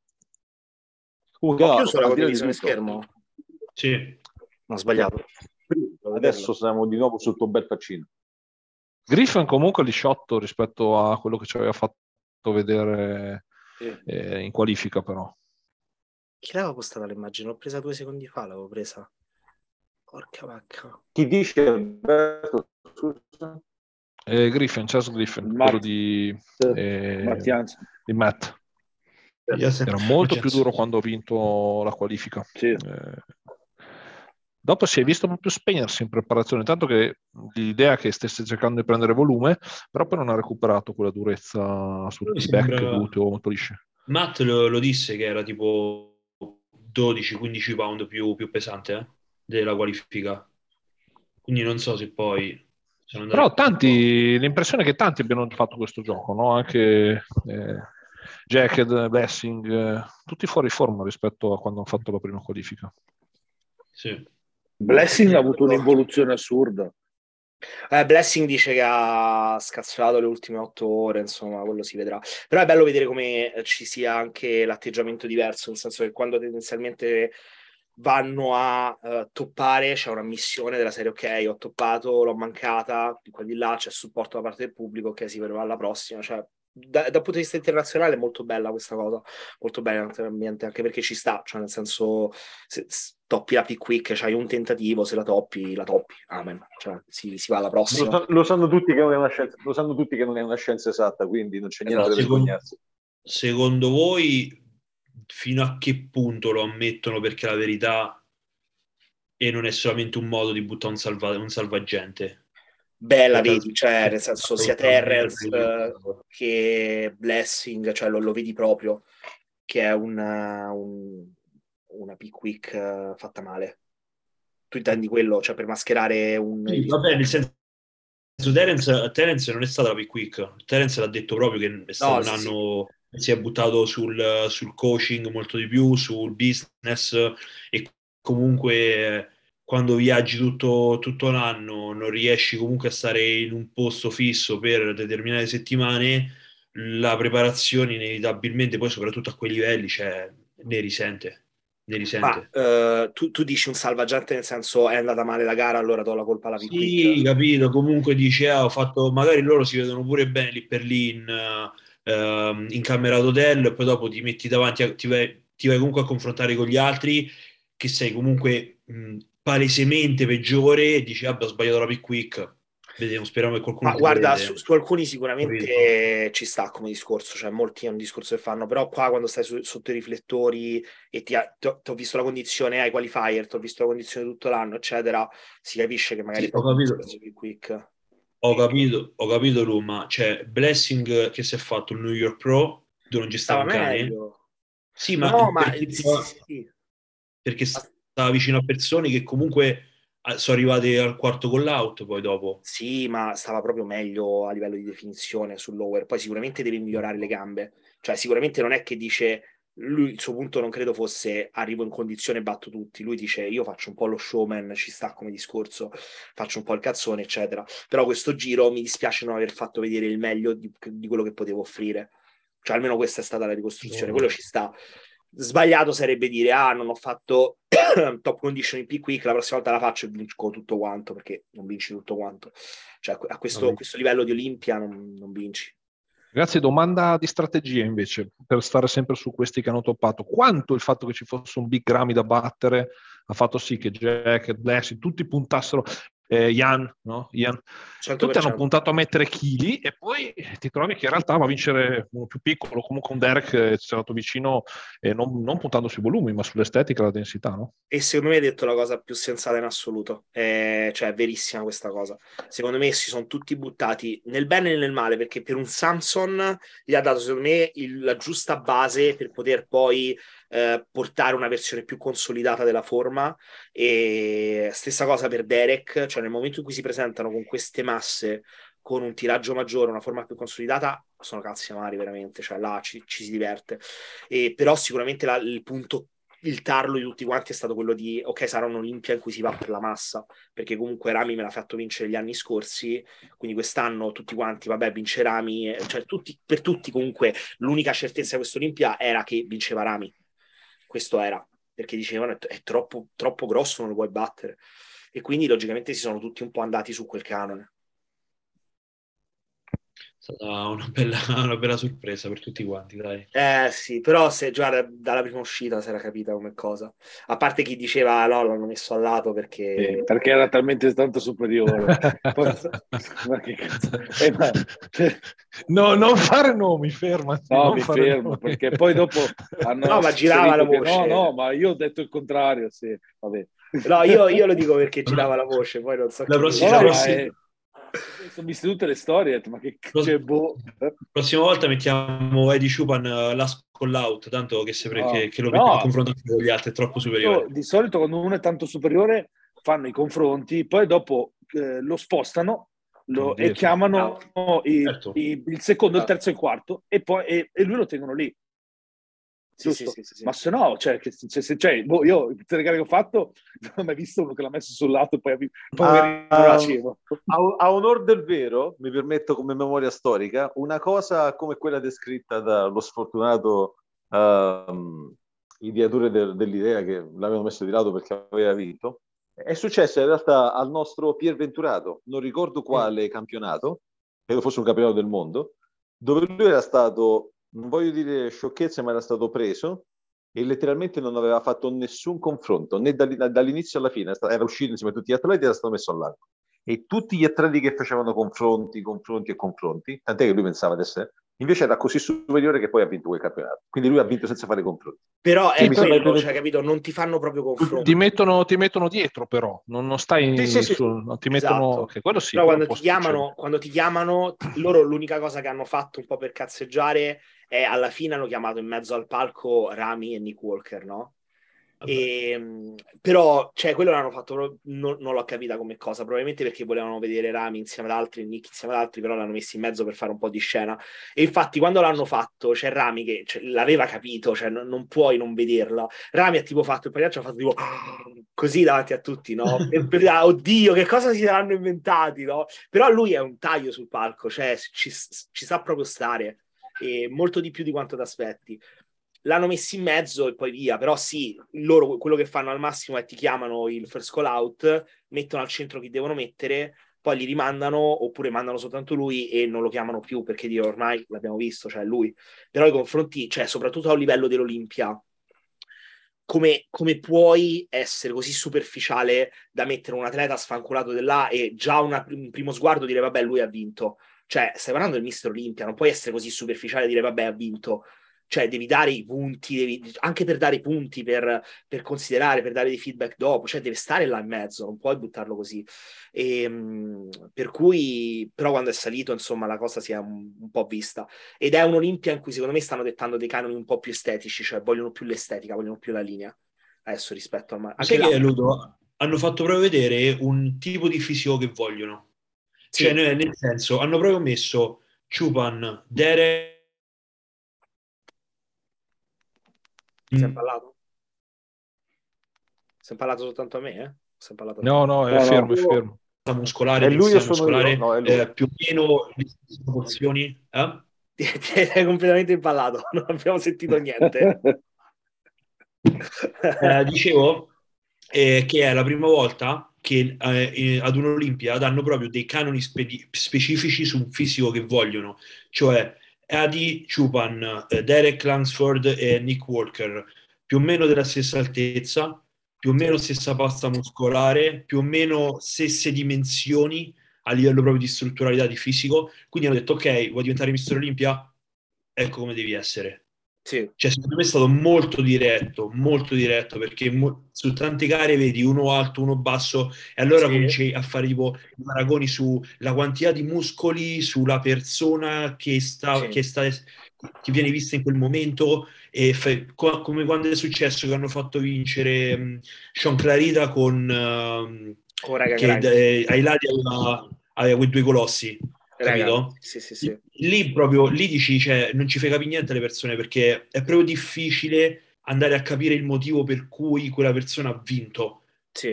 comunque Ho no, chiuso la al di là di condivisione tutto, schermo? Sì. Ho sbagliato. Devo adesso vederlo. siamo di nuovo sul tuo bel faccino. Griffin comunque lisciotto rispetto a quello che ci aveva fatto vedere Sì. eh, in qualifica, però. Chi l'aveva postata l'immagine? L'ho presa due secondi fa, l'avevo presa. Porca vacca. Chi dice Alberto? Scusa? Eh, Griffin, Charles Griffin, Matt. quello di, eh, Mattianza. di Matt. Yes. Era molto Yes. più duro quando ha vinto la qualifica. Sì. Eh, dopo si è visto proprio spegnersi in preparazione, tanto che l'idea che stesse cercando di prendere volume, però poi non ha recuperato quella durezza sul Mi tee-back sembra- gluteo molto lisce. Matt lo, lo disse che era tipo dodici quindici pound più, più pesante eh, della qualifica. Quindi non so se poi sono andati Però tanti, l'impressione è che tanti abbiano fatto questo gioco, no? Anche eh, Jacked, Blessing, eh, tutti fuori forma rispetto a quando hanno fatto la prima qualifica. Sì. Blessing ha avuto un'involuzione assurda. Eh, Blessing dice che ha scazzato le ultime otto ore, insomma, quello si vedrà. Però è bello vedere come ci sia anche l'atteggiamento diverso, nel senso che quando tendenzialmente vanno a uh, toppare, c'è una missione della serie, ok, ho toppato, l'ho mancata, di qua di là c'è supporto da parte del pubblico, ok, si vedrà alla prossima, cioè da, dal punto di vista internazionale è molto bella questa cosa, molto bella naturalmente, anche perché ci sta, cioè nel senso se, se toppi la P-Quick, c'hai un tentativo, se la toppi, la toppi, amen, cioè si, si va alla Lo, prossima. sa- lo sanno tutti che non è una scienza, lo sanno tutti che non è una scienza esatta, quindi non c'è niente Esatto. da Secondo, vergognarsi. secondo voi fino a che punto lo ammettono perché la verità e non è solamente un modo di buttare un, salva- un salvagente? Bella, Perché vedi, cioè nel senso sia Terrence eh, che Blessing, cioè lo, lo vedi proprio che è una, un, una P-Quick uh, fatta male. Tu intendi quello, cioè per mascherare un... Sì, vabbè, nel senso Terence, Terence non è stata la pick quick. Terence l'ha detto proprio che è stato No, un sì, sì. anno che si è buttato sul, sul coaching molto di più, sul business e comunque eh, quando viaggi tutto, tutto l'anno non riesci comunque a stare in un posto fisso per determinate settimane, la preparazione inevitabilmente poi soprattutto a quei livelli cioè, ne risente. Ne Ma risente. uh, tu, tu dici un salvagente nel senso è andata male la gara, allora do la colpa alla P-Quick. Sì, capito, comunque dice, ah, ho fatto, magari loro si vedono pure bene lì per lì in, uh, in camera d'hotel, e poi dopo ti metti davanti, a, ti, vai, ti vai comunque a confrontare con gli altri, che sei comunque mh, palesemente peggiore e dici, ah, ho sbagliato la pick quick. Vediamo, speriamo che qualcuno Ma ti guarda, vede. su, su alcuni sicuramente ci sta come discorso, cioè molti è un discorso che fanno, però qua quando stai su- sotto i riflettori e ti, ha- ti ho, ti ho visto la condizione ai qualifier, ti ho visto la condizione tutto l'anno, eccetera, si capisce che magari Sì, fai ho un capito. discorso più quick. Ho capito, ho capito Roma, cioè Blessing che si è fatto il New York Pro dove non ci stava Stava un cane. meglio. Sì, ma No, ma perché sì, sì, stava, sì, sì. perché stava vicino a persone che comunque eh, sono arrivate al quarto con l'auto poi dopo. Sì, ma stava proprio meglio a livello di definizione sul lower. Poi sicuramente deve migliorare le gambe. Cioè, sicuramente non è che dice lui, il suo punto non credo fosse arrivo in condizione e batto tutti. Lui dice io faccio un po' lo showman, ci sta come discorso, faccio un po' il cazzone, eccetera. Però questo giro mi dispiace non aver fatto vedere il meglio di, di quello che potevo offrire. Cioè, almeno questa è stata la ricostruzione. Quello ci sta. Sbagliato sarebbe dire ah, non ho fatto top condition in P-Quick, la prossima volta la faccio e vinco tutto quanto, perché non vinci tutto quanto. Cioè, a questo, questo livello di Olimpia non, non vinci. Ragazzi, domanda di strategia invece, per stare sempre su questi che hanno toppato. Quanto il fatto che ci fosse un Big Ramy da battere ha fatto sì che Jack e Blessing tutti puntassero, eh, Ian, no? Ian, cento per tutti hanno cento. puntato a mettere chili e poi ti trovi che in realtà va a vincere uno più piccolo, comunque un Derek eh, ci è stato vicino, eh, non, non puntando sui volumi, ma sull'estetica e la densità, no? E secondo me hai detto la cosa più sensata in assoluto, eh, cioè è verissima questa cosa. Secondo me si sono tutti buttati nel bene e nel male, perché per un Samson gli ha dato secondo me il- la giusta base per poter poi eh, portare una versione più consolidata della forma. E stessa cosa per Derek, cioè nel momento in cui si presentano con queste masse, con un tiraggio maggiore, una forma più consolidata, sono cazzi amari veramente, cioè là ci, ci si diverte. E, però sicuramente la- il punto, il tarlo di tutti quanti è stato quello di ok, sarà un'Olimpia in cui si va per la massa, perché comunque Rami me l'ha fatto vincere gli anni scorsi, quindi quest'anno tutti quanti vabbè vince Rami, eh, cioè tutti, per tutti comunque l'unica certezza di questa Olimpia era che vinceva Rami, questo era, perché dicevano è, è troppo, troppo grosso, non lo puoi battere, e quindi logicamente si sono tutti un po' andati su quel canone. È stata una bella, una bella sorpresa per tutti quanti, dai. Eh sì, però se già da- dalla prima uscita si era capita come cosa. A parte chi diceva no, l'hanno messo al lato perché... Eh, perché era talmente tanto superiore. Poi, ma che cazzo? Eh, ma, cioè, No, non fare nomi, fermati, no, non mi fare fermo, nomi. perché poi dopo hanno No, ma girava la asserito che no, voce. no, ma io ho detto il contrario, sì, vabbè. No, io, io lo dico perché girava la voce, poi non so La chi prossima, No, la no, dice. ma prossima, è... sono viste tutte le storie, ho detto, ma che la c'è, boh. prossima volta mettiamo Eddie Chupan uh, l'as con l'out, tanto che, se pre- che, No, che lo mettiamo a no, confronto con gli altri è troppo di solito, superiore. di solito quando uno è tanto superiore fanno i confronti, poi dopo eh, lo spostano lo- e Indietro. chiamano i- Certo. i- il secondo, il terzo e il quarto e poi e, e lui lo tengono lì, Sì, sì, giusto? sì, sì, sì. Ma se no, cioè, che, se, se- cioè, boh, io il telecare che ho fatto non ho mai visto uno che l'ha messo sul lato e poi poi poverino Ah, l'acevo. a, a onor del vero, mi permetto come memoria storica, una cosa come quella descritta dallo sfortunato ehm, ideatore del- dell'idea che l'avevano messo di lato perché aveva vinto, è successa in realtà al nostro Pier Venturato, non ricordo Mm. quale campionato, credo fosse un campionato del mondo, dove lui era stato, non voglio dire sciocchezze, ma era stato preso e letteralmente non aveva fatto nessun confronto, né dall'inizio alla fine, era uscito insieme a tutti gli atleti e era stato messo all'arco. E tutti gli atleti che facevano confronti, confronti e confronti, tant'è che lui pensava di essere, invece era così superiore che poi ha vinto quel campionato. Quindi lui ha vinto senza fare confronti. Però Sì, è Mi sembra il quello, primo... cioè, capito? Non ti fanno proprio Ti confronti. mettono, ti mettono dietro però, non, non Sì, stai sì, sì. su, non ti mettono, Esatto. che quello sì, Però quello quando può ti succedere. chiamano, quando ti chiamano, ti- loro l'unica cosa che hanno fatto un po' per cazzeggiare è alla fine hanno chiamato in mezzo al palco Rami e Nick Walker, no? Vabbè. E, però, cioè, quello l'hanno fatto, pro- non, non l'ho capita come cosa, probabilmente perché volevano vedere Rami insieme ad altri, Nick insieme ad altri, però l'hanno messi in mezzo per fare un po' di scena. E infatti, quando l'hanno fatto, c'è Rami che cioè, l'aveva capito, cioè, non, non puoi non vederla. Rami ha tipo fatto il pagliaccio, ha fatto tipo così davanti a tutti, no? Per, per, ah, oddio, che cosa si saranno inventati, no? Però lui è un taglio sul palco, cioè ci, ci sa proprio stare, e molto di più di quanto ti aspetti. L'hanno messo in mezzo e poi via, però sì, loro quello che fanno al massimo è ti chiamano il first call out, mettono al centro chi devono mettere, poi li rimandano oppure mandano soltanto lui e non lo chiamano più perché dire ormai l'abbiamo visto, cioè lui. Però i confronti, cioè soprattutto a livello dell'Olimpia, come, come puoi essere così superficiale da mettere un atleta sfanculato dell'A e già una, un primo sguardo dire vabbè lui ha vinto? Cioè stai parlando del mister Olimpia, non puoi essere così superficiale e dire vabbè ha vinto. Cioè devi dare i punti, devi, anche per dare i punti, per, per considerare, per dare dei feedback dopo, cioè deve stare là in mezzo, non puoi buttarlo così. E, per cui, però quando è salito, insomma, la cosa si è un, un po' vista. Ed è un Olimpia in cui secondo me stanno dettando dei canoni un po' più estetici, cioè vogliono più l'estetica, vogliono più la linea. Adesso rispetto a... Anche Sai là, che, Ludo, hanno fatto proprio vedere un tipo di fisico che vogliono. sì. Cioè, nel senso, hanno proprio messo Chupan, Derek... Si è parlato? Si è parlato soltanto a me, eh? Si è parlato a te. No, no, è No, fermo, è no. fermo. muscolare, È lui o densità sono io? muscolare, No, è lui. eh, più o meno le stesse proporzioni. Eh? Ti sei completamente impallato, non abbiamo sentito niente. Eh, dicevo eh, che è la prima volta che eh, ad un'Olimpia danno proprio dei canoni spe- specifici su un fisico che vogliono, cioè Adi Chupan, eh, Derek Langsford e Nick Walker, più o meno della stessa altezza, più o meno stessa pasta muscolare, più o meno stesse dimensioni a livello proprio di strutturalità di fisico, quindi hanno detto ok, vuoi diventare mister Olimpia? Ecco come devi essere. Sì. Cioè, secondo me è stato molto diretto, molto diretto, perché mo- su tante gare vedi uno alto, uno basso, e allora Sì. cominci a fare tipo i paragoni sulla quantità di muscoli, sulla persona che sta, Sì. che sta, che viene vista in quel momento, e fa- co- come quando è successo che hanno fatto vincere um, Sean Clarida con um, Con Raga che Grimes. eh, ai lati aveva, aveva quei due colossi, Raga, capito? sì, sì, sì. Lì proprio, lì dici, cioè, non ci fai capire niente alle persone perché è proprio difficile andare a capire il motivo per cui quella persona ha vinto, Sì.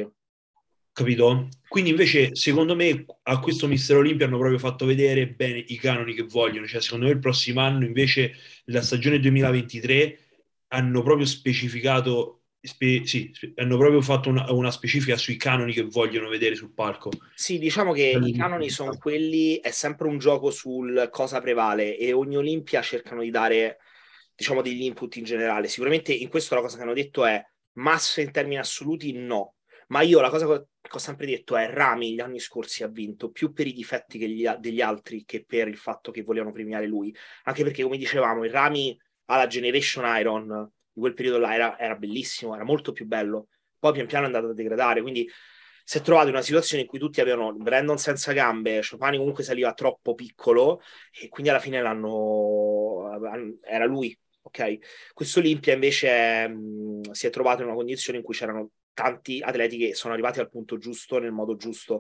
capito? Quindi invece, secondo me, a questo mister Olimpia hanno proprio fatto vedere bene i canoni che vogliono, cioè secondo me il prossimo anno invece, la stagione duemilaventitré, hanno proprio specificato, spe- sì, spe- hanno proprio fatto una, una specifica sui canoni che vogliono vedere sul palco. Sì, diciamo che i canoni sono quelli, è sempre un gioco sul cosa prevale e ogni Olimpia cercano di dare, diciamo, degli input in generale. Sicuramente in questo la cosa che hanno detto è massa in termini assoluti no, ma io la cosa che ho sempre detto è Rami gli anni scorsi ha vinto più per i difetti che gli, degli altri che per il fatto che volevano premiare lui, anche perché come dicevamo il Rami alla Generation Iron di quel periodo là era, era bellissimo, era molto più bello, poi pian piano è andato a degradare, quindi si è trovato in una situazione in cui tutti avevano Brandon senza gambe, Chopin comunque saliva troppo piccolo e quindi alla fine l'hanno era lui, ok? Questo Olimpia invece mh, si è trovato in una condizione in cui c'erano tanti atleti che sono arrivati al punto giusto nel modo giusto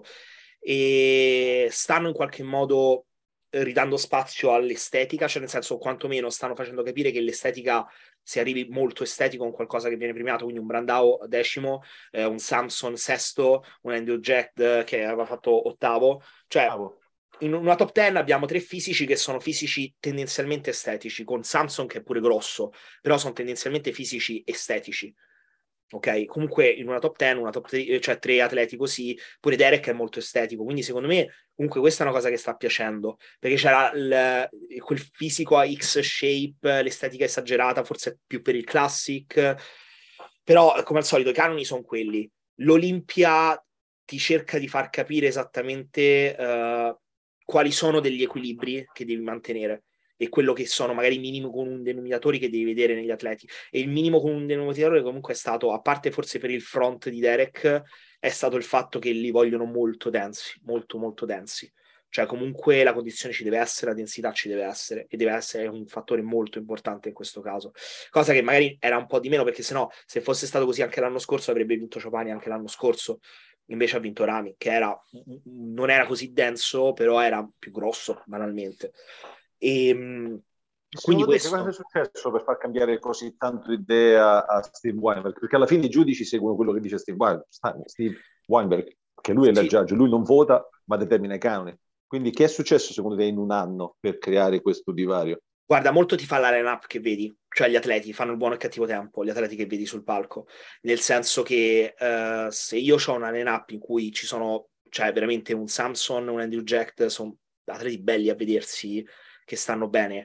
e stanno in qualche modo ridando spazio all'estetica, cioè nel senso quantomeno stanno facendo capire che l'estetica si arrivi molto estetico con qualcosa che viene premiato, quindi un Brandao decimo, eh, un Samson sesto, un Andrew Jack che aveva fatto ottavo, cioè Bravo. in una top dieci abbiamo tre fisici che sono fisici tendenzialmente estetici, con Samson che è pure grosso, però sono tendenzialmente fisici estetici. Ok, comunque in una top dieci, una top tre, cioè tre atleti così, pure Derek è molto estetico, quindi secondo me comunque questa è una cosa che sta piacendo, perché c'era il, quel fisico a X shape, l'estetica esagerata, forse più per il classic, però come al solito i canoni sono quelli. L'Olimpia ti cerca di far capire esattamente uh, quali sono degli equilibri che devi mantenere e quello che sono magari i minimi comuni denominatori che devi vedere negli atleti. E il minimo comune denominatore comunque è stato, a parte forse per il front di Derek, è stato il fatto che li vogliono molto densi, molto molto densi. Cioè comunque la condizione ci deve essere, la densità ci deve essere e deve essere un fattore molto importante in questo caso. Cosa che magari era un po' di meno perché sennò se fosse stato così anche l'anno scorso avrebbe vinto Ciopani anche l'anno scorso. Invece ha vinto Rami, che era, non era così denso, però era più grosso, banalmente. E, quindi Secondo te che questo cosa è successo per far cambiare così tanto idea a Steve Weinberg? Perché alla fine i giudici seguono quello che dice Steve Weinberg, Steve Weinberg che lui è sì. il judge, lui non vota ma determina i canoni. Quindi che è successo secondo te in un anno per creare questo divario? Guarda, molto ti fa la line-up che vedi, cioè gli atleti fanno il buono e il cattivo tempo, gli atleti che vedi sul palco, nel senso che uh, se io ho una line-up in cui ci sono, cioè veramente un Samson, un Andrew Jack, sono atleti belli a vedersi, che stanno bene,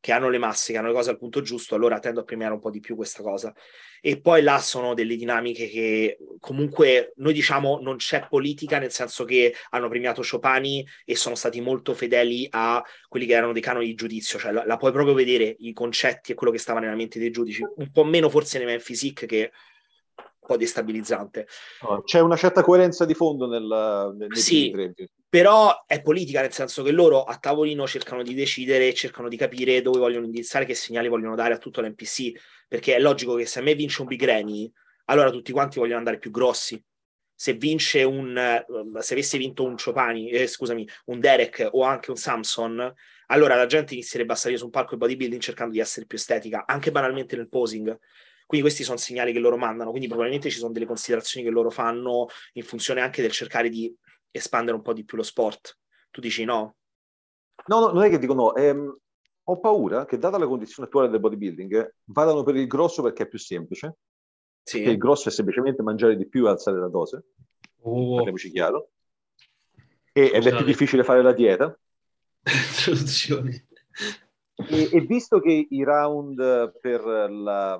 che hanno le masse, che hanno le cose al punto giusto, allora tendo a premiare un po' di più questa cosa. E poi là sono delle dinamiche che comunque noi diciamo non c'è politica, nel senso che hanno premiato Chopin e sono stati molto fedeli a quelli che erano dei canoni di giudizio, cioè la, la puoi proprio vedere, i concetti e quello che stava nella mente dei giudici, un po' meno forse nei Memphis Inc, che un po' destabilizzante. No, c'è una certa coerenza di fondo nel, nei sì, primi tre. Però è politica, nel senso che loro a tavolino cercano di decidere, cercano di capire dove vogliono indirizzare, che segnali vogliono dare a tutto l'N P C, perché è logico che se a me vince un Big Ramy, allora tutti quanti vogliono andare più grossi. Se vince un, se avesse vinto un Chopin, eh, scusami, un Derek o anche un Samson, allora la gente inizierebbe a salire su un palco di bodybuilding cercando di essere più estetica, anche banalmente nel posing. Quindi questi sono segnali che loro mandano, quindi probabilmente ci sono delle considerazioni che loro fanno in funzione anche del cercare di espandere un po' di più lo sport. Tu dici no? No, no, non è che dico no. Ehm, ho paura che, data la condizione attuale del bodybuilding, vadano per il grosso perché è più semplice. Sì. Perché il grosso è semplicemente mangiare di più e alzare la dose. Oh. Parliamoci chiaro. E, ed è più difficile fare la dieta. Introduzioni. E, e visto che i round per, la,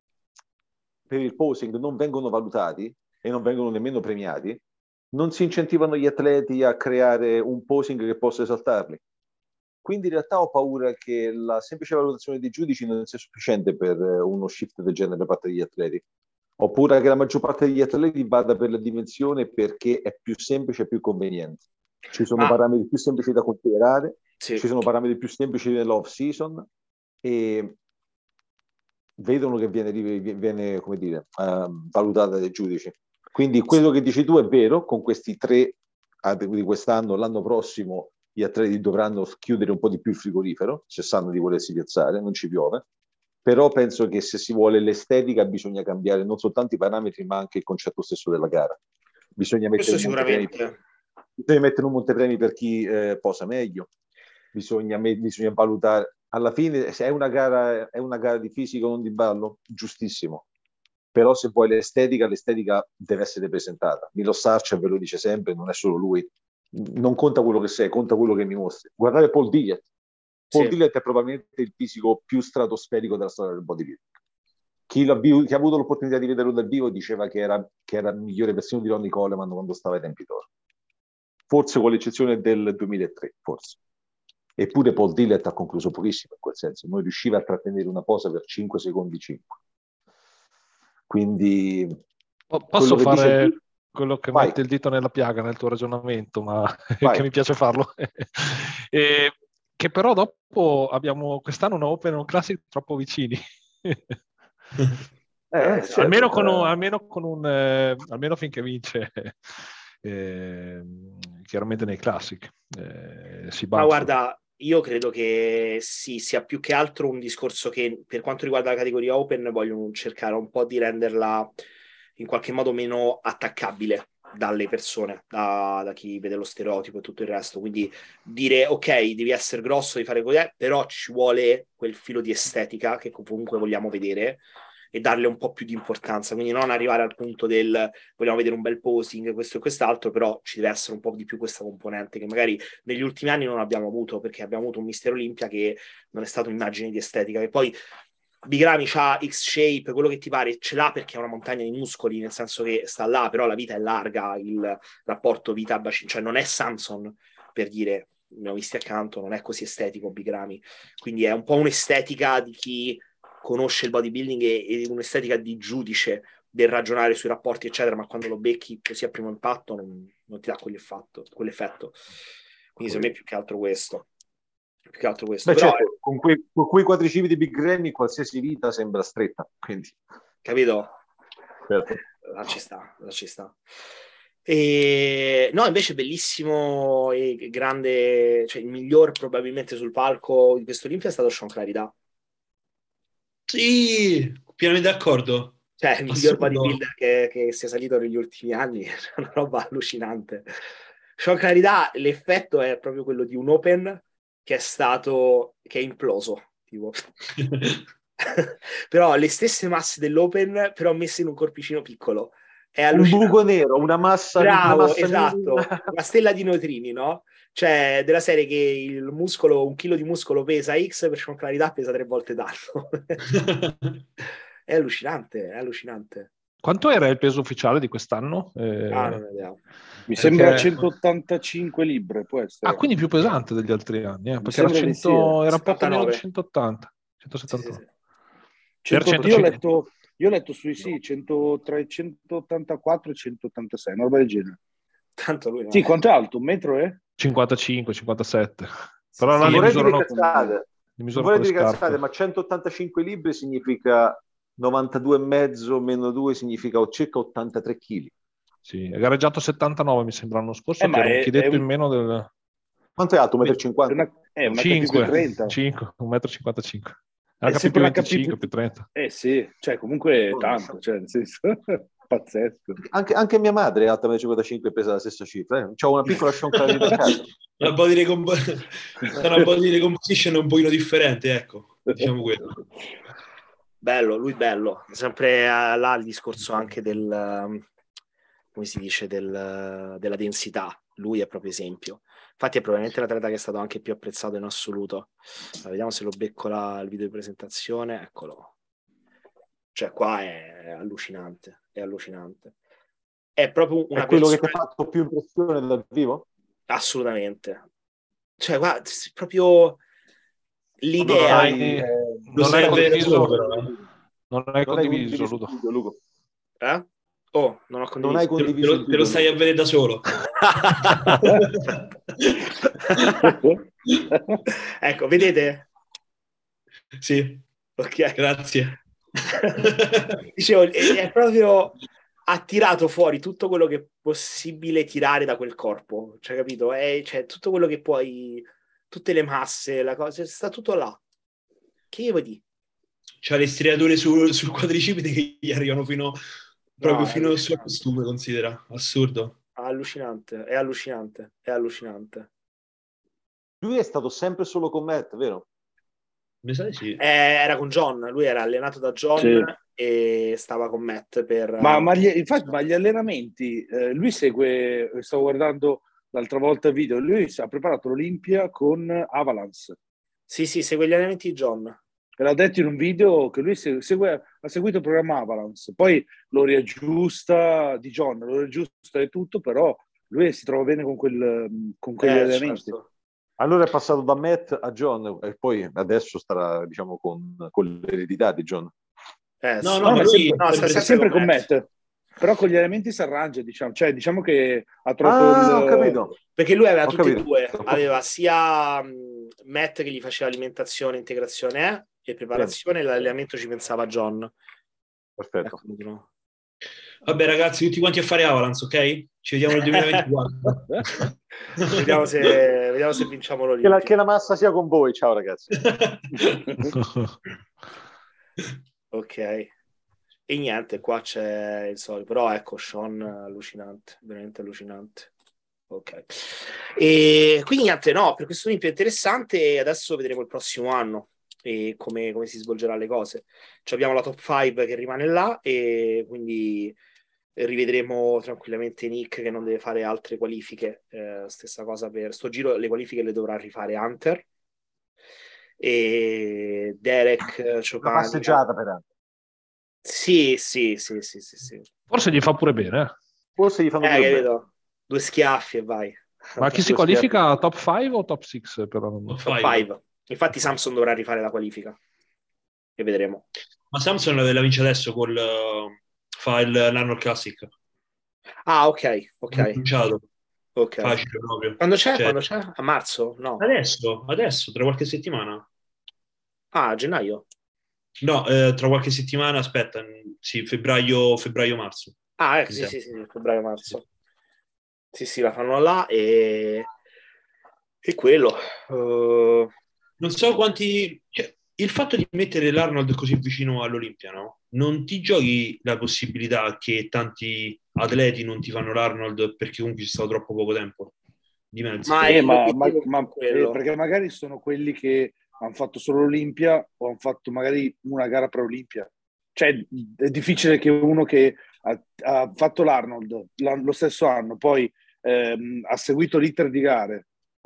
per il posing non vengono valutati e non vengono nemmeno premiati, non si incentivano gli atleti a creare un posing che possa esaltarli. Quindi in realtà ho paura che la semplice valutazione dei giudici non sia sufficiente per uno shift del genere da parte degli atleti. Oppure che la maggior parte degli atleti vada per la dimensione perché è più semplice e più conveniente. Ci sono ah. parametri più semplici da considerare, sì. Ci sono parametri più semplici nell'off season e vedono che viene, viene come dire, uh, valutata dai giudici. Quindi quello che dici tu è vero, con questi tre di quest'anno, l'anno prossimo gli atleti dovranno chiudere un po' di più il frigorifero, se sanno di volersi piazzare, non ci piove, però penso che se si vuole l'estetica bisogna cambiare non soltanto i parametri ma anche il concetto stesso della gara. Bisogna mettere, un sicuramente. bisogna mettere un montepremi per chi eh, posa meglio, bisogna, bisogna valutare, alla fine se è una gara, è una gara di fisico non di ballo, giustissimo. Però se vuoi l'estetica, l'estetica deve essere presentata. Milos Sarcev ve lo dice sempre, non è solo lui. Non conta quello che sei, conta quello che mi mostri. Guardate Paul Dillett. Paul sì. Dillett è probabilmente il fisico più stratosferico della storia del bodybuilding. Chi, l'ha, chi ha avuto l'opportunità di vederlo dal vivo diceva che era, che era la migliore versione di Ronnie Coleman quando stava ai tempi d'oro. Forse con l'eccezione del duemilatré, forse. Eppure Paul Dillett ha concluso pochissimo in quel senso. Non riusciva a trattenere una posa per cinque secondi cinque. Quindi posso quello fare dice... quello che Vai. mette il dito nella piaga nel tuo ragionamento, ma che mi piace farlo. E che però dopo abbiamo quest'anno una Open e un Classic troppo vicini. eh, certo, almeno con un, almeno con un eh, almeno finché vince eh, chiaramente nei Classic eh, si ma balza. guarda, io credo che sì, sia più che altro un discorso che per quanto riguarda la categoria Open vogliono cercare un po' di renderla in qualche modo meno attaccabile dalle persone, da, da chi vede lo stereotipo e tutto il resto. Quindi dire ok, devi essere grosso, devi fare così, però ci vuole quel filo di estetica che comunque vogliamo vedere e darle un po' più di importanza, quindi non arrivare al punto del vogliamo vedere un bel posing, questo e quest'altro, però ci deve essere un po' di più questa componente che magari negli ultimi anni non abbiamo avuto, perché abbiamo avuto un Mister Olympia che non è stato un'immagine di estetica, che poi Big Ramy c'ha X-shape, quello che ti pare, ce l'ha perché è una montagna di muscoli, nel senso che sta là, però la vita è larga, il rapporto vita-bacino, cioè non è Samson, per dire, ne abbiamo visti accanto, non è così estetico Big Ramy, quindi è un po' un'estetica di chi conosce il bodybuilding e, e un'estetica di giudice del ragionare sui rapporti eccetera, ma quando lo becchi così a primo impatto non, non ti dà quell'effetto, quell'effetto. Quindi secondo me più che altro questo più che altro questo. Beh, però certo, con, quei, con quei quadricipiti di Big Ramy qualsiasi vita sembra stretta, quindi capito? Certo. Là ci sta, là ci sta. E no, invece bellissimo e grande, cioè il miglior probabilmente sul palco di questo Olimpia è stato Sean Clarida. Sì, pienamente d'accordo. Cioè, il miglior bodybuilder che, che sia salito negli ultimi anni, è una roba allucinante. Sean Clarida, l'effetto è proprio quello di un Open che è stato, che è imploso, tipo. Però le stesse masse dell'Open, però messe in un corpicino piccolo. È un buco nero, una massa, Bravo, una massa esatto, minima. una stella di neutrini, no? Cioè, della serie che il muscolo, un chilo di muscolo pesa X, per clarità pesa tre volte tanto. È allucinante, è allucinante. Quanto era il peso ufficiale di quest'anno? Eh, Ah, non vediamo. Mi Perché- sembra centottantacinque libbre, può essere. Ah, quindi più pesante degli altri anni, eh, perché era, sembra di cento, sì, eh. era poco meno di settantanove. centottanta. Sì, sì, centosettantanove. sì. Per cento io, ho centocinque. letto, io ho letto sui sì, cento, tra i centottantaquattro e centottantasei, una roba del genere. Tanto lui no. Sì, quanto è alto? Un metro è? cinquantacinque, cinquantasette. Sì, Però sì, là Non li vorrei dire misurano, cazzate, li non misurano vorrei con le dire cazzate, scarpe. ma centottantacinque libbre significa novantadue e mezzo meno due significa circa ottantatré chili. Sì, ha gareggiato settantanove mi sembra l'anno scorso, Eh, che ma era un è- chiletto è un- in meno del Quanto è alto? È uno e cinquanta una, metri? è una cinque, K più trenta. cinque, un metro e cinquantacinque. È H P sempre più una K venticinque, più- più trenta. Eh sì, cioè comunque è tanto, cioè nel senso, pazzesco. Anche, anche mia madre è alta uno e cinquantacinque e pesa la stessa cifra. Eh. C'ho una piccola scioncatina a casa. Una body, recomp- una body recomposition un pochino differente, ecco, diciamo quello. Bello, lui bello. Sempre eh, là il discorso anche del, um, come si dice, del, della densità. Lui è proprio esempio. Infatti è probabilmente l'atleta che è stato anche più apprezzato in assoluto. Allora, vediamo se lo becco là, il video di presentazione. Eccolo. Cioè qua è allucinante, è allucinante. È proprio una È quello persona... che ti ha fatto più impressione dal vivo? Assolutamente. Cioè, guarda, s- proprio Non l'idea... hai, Eh, Lo non sai hai avere da condiviso, solo, però. eh. non hai Non hai condiviso, condiviso il Ludo. video, Lugo. Eh? Oh, non ho Non hai condiviso. Te, te condiviso il lo, te video, lo stai a Lugo. vedere da solo. Ecco, vedete? Sì, Ok. grazie. Dicevo, è, è proprio ha tirato fuori tutto quello che è possibile tirare da quel corpo, cioè, capito? È, cioè, tutto quello che puoi, tutte le masse, la cosa, sta tutto là. Che io vuoi dire? C'ha le striature sul, sul quadricipite che gli arrivano fino proprio No, è fino sul allucinante. costume, considera. Assurdo. Allucinante, è allucinante, è allucinante. Lui è stato sempre solo con Matt, vero? Mi sa di sì. Eh, era con John, lui era allenato da John Sì. e stava con Matt per... Ma, ma gli, infatti, ma gli allenamenti, eh, lui segue, stavo guardando l'altra volta il video, lui ha preparato l'Olimpia con Avalanche. Sì, sì, segue gli allenamenti di John. E l'ha detto in un video che lui segue, segue- ha seguito il programma Avalanche, poi lo riaggiusta di John, lo riaggiusta e tutto, però lui si trova bene con, quel, con quegli Eh, allenamenti. certo. Allora è passato da Matt a John e poi adesso starà, diciamo, con, con l'eredità di John. Eh, No, sì. no, No, ma ma lui sempre, no, sta sta sempre sempre con con Matt. Matt, però con gli elementi si arrangia, diciamo. Cioè, diciamo che ha trovato Ah, il... ho capito. Perché lui aveva Ho tutti e capito. due, aveva sia mh, Matt che gli faceva alimentazione, integrazione eh, e preparazione, e l'allenamento ci pensava John. Perfetto. Ecco, no. Vabbè, ragazzi, tutti quanti a fare Avalanche, ok? Ci vediamo nel duemilaventiquattro. vediamo, se, vediamo se vinciamo Che la, l'Olimpia. che la massa sia con voi. Ciao ragazzi. Ok. E niente, qua c'è il solito. Però ecco, Sean, allucinante, veramente allucinante. Ok. E quindi niente, no, per questo Olimpia è interessante e adesso vedremo il prossimo anno e come, come si svolgeranno le cose. Ci abbiamo la top cinque che rimane là e quindi rivedremo tranquillamente Nick che non deve fare altre qualifiche. Eh, stessa cosa per sto giro, le qualifiche le dovrà rifare Hunter e Derek Una Chopin. passeggiata per anni. Sì, sì, sì, sì, sì, sì. Forse gli fa pure bene. eh. Forse gli fanno Eh, pure bene. capito? Due schiaffi e vai. Ma chi si Due qualifica? Top cinque o top sei? Per la... Top Top five. cinque. Infatti Samson dovrà rifare la qualifica. E vedremo. Ma Samson la vince adesso col uh, fa il l'Arnold Classic. Ah, ok, ok. Annunciato. Ok. Facile proprio. Quando c'è? Cioè, Quando c'è? A marzo? No. Adesso, adesso, tra qualche settimana. Ah, a gennaio. No, eh, tra qualche settimana, aspetta, sì, febbraio, febbraio-marzo. Ah, ecco, sì, sì, sì, febbraio-marzo. Sì, sì, la fanno là e... E quello. Uh... Non so quanti... Cioè, il fatto di mettere l'Arnold così vicino all'Olimpia, no? Non ti giochi la possibilità che tanti atleti non ti fanno l'Arnold perché comunque ci stato troppo poco tempo di mezzo. Ma Eh, è ma, ma- l'obiettivo ma- è quello. eh, perché magari sono quelli che hanno fatto solo l'Olimpia o hanno fatto magari una gara per Olimpia. Cioè, è difficile che uno che ha, ha fatto l'Arnold l'an- lo stesso anno, poi ehm, ha seguito l'iter di gare,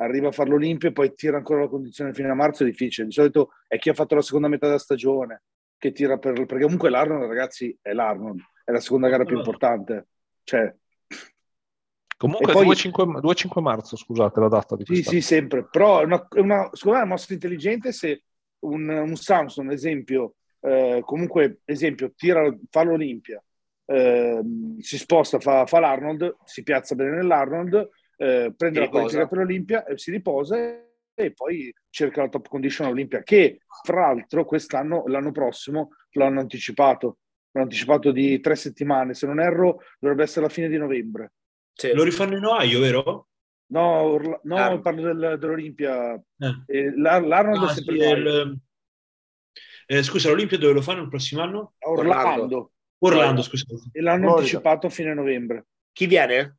arriva a fare l'Olimpia e poi tira ancora la condizione fino a marzo è difficile. Di solito è chi ha fatto la seconda metà della stagione che tira per... perché comunque l'Arnold, ragazzi, è l'Arnold, è la seconda gara più importante. Cioè... Comunque poi... due e cinque marzo, scusate, la data di questa. Sì, sì, sempre. Però è una, è una, secondo me è una mossa intelligente se un, un Samson, esempio, eh, comunque, esempio, tira, fa l'Olimpia, eh, si sposta, fa, fa l'Arnold, si piazza bene nell'Arnold, eh, prende la qualifica per l'Olimpia, eh, si riposa e poi cerca la top condition all'Olimpia, che fra l'altro quest'anno, l'anno prossimo, l'hanno anticipato. L'hanno anticipato di tre settimane. Se non erro, dovrebbe essere la fine di novembre. Sì. Lo rifanno in Ohio, vero? No, Orla- no parlo del, dell'Olimpia. Eh. Eh, l'Ar- L'Arnold ah, è sempre sì, il... eh, scusa, l'Olimpia dove lo fanno il prossimo anno? a Orlando. Orlando, Orlando scusate. E l'hanno Florida. anticipato a fine novembre. Chi viene?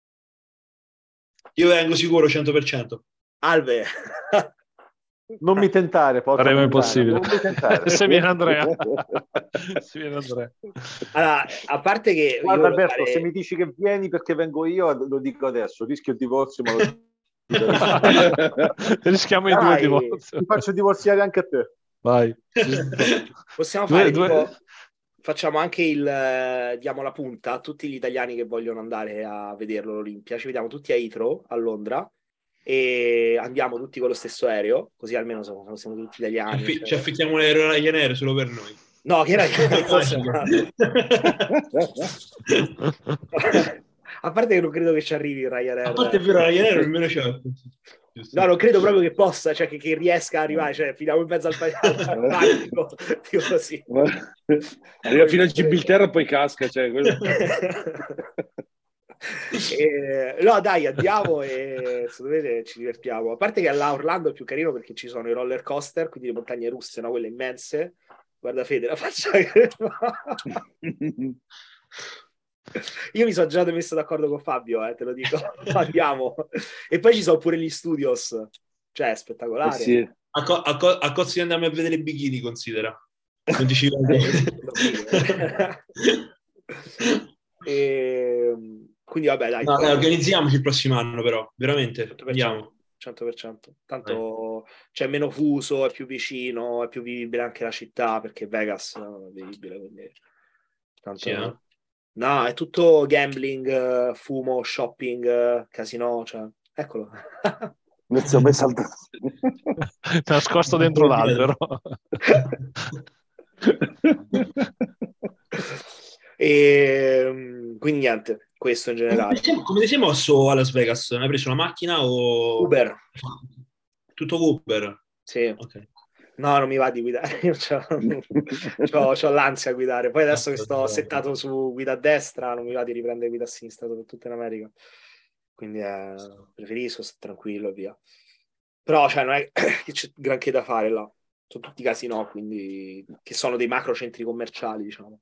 Io vengo sicuro cento per cento. Alve. Non mi tentare, porca Sarebbe puttana, impossibile. non mi tentare. Se viene Andrea. Se viene Andrea. Allora, a parte che guarda io Alberto, fare... se mi dici che vieni perché vengo io, lo dico adesso, rischio il divorzio, ma lo rischiamo i due divorzi. Ti faccio divorziare anche a te. Vai. Possiamo due, fare due... tipo, facciamo anche il eh, diamo la punta a tutti gli italiani che vogliono andare a vederlo l'Olimpia, ci vediamo tutti a Heathrow a Londra e andiamo tutti con lo stesso aereo, così almeno siamo, siamo tutti italiani. Affi- cioè... Ci affittiamo un aereo Ryanair solo per noi. No, che era a parte che non credo che ci arrivi il Ryanair. A parte è vero, Ryanair nemmeno c'è. No, non credo proprio che possa, cioè che, che riesca a arrivare, cioè finiamo in mezzo al Atlantico, dico così. Arriva fino a Gibilterra poi casca, cioè quello... e, no dai, andiamo e se dovete ci divertiamo. A parte che là Orlando è più carino perché ci sono i roller coaster, quindi le montagne russe, no? Quelle immense. Guarda Fede, la faccia che io mi sono già messo d'accordo con Fabio, eh, te lo dico. Andiamo. E poi ci sono pure gli studios, cioè è spettacolare. Eh sì. A, co- a, co- a costo di andarmi a vedere i bikini, considera. Non ti ci e... Quindi vabbè dai. No, dai, organizziamoci il prossimo anno però, veramente. cento per cento. Andiamo. cento per cento. Tanto eh. c'è meno fuso, è più vicino, è più vivibile anche la città, perché Vegas no, è vivibile, quindi... Tanto... Sì, eh? No, è tutto gambling, fumo, shopping, casino, cioè... Eccolo. Inizio a saltare. Nascosto dentro l'albero. E quindi niente, questo in generale. Come ti sei mosso a Las Vegas? Hai preso una macchina o... Uber. Tutto Uber? Sì. Okay. No, non mi va di guidare, io c'ho, c'ho, c'ho l'ansia a guidare. Poi adesso che sto settato su guida a destra, non mi va di riprendere guida a sinistra per tutta in America. Quindi eh, preferisco stare tranquillo e via. Però cioè, non è che c'è granché da fare là. Sono tutti casino, quindi che sono dei macro centri commerciali, diciamo.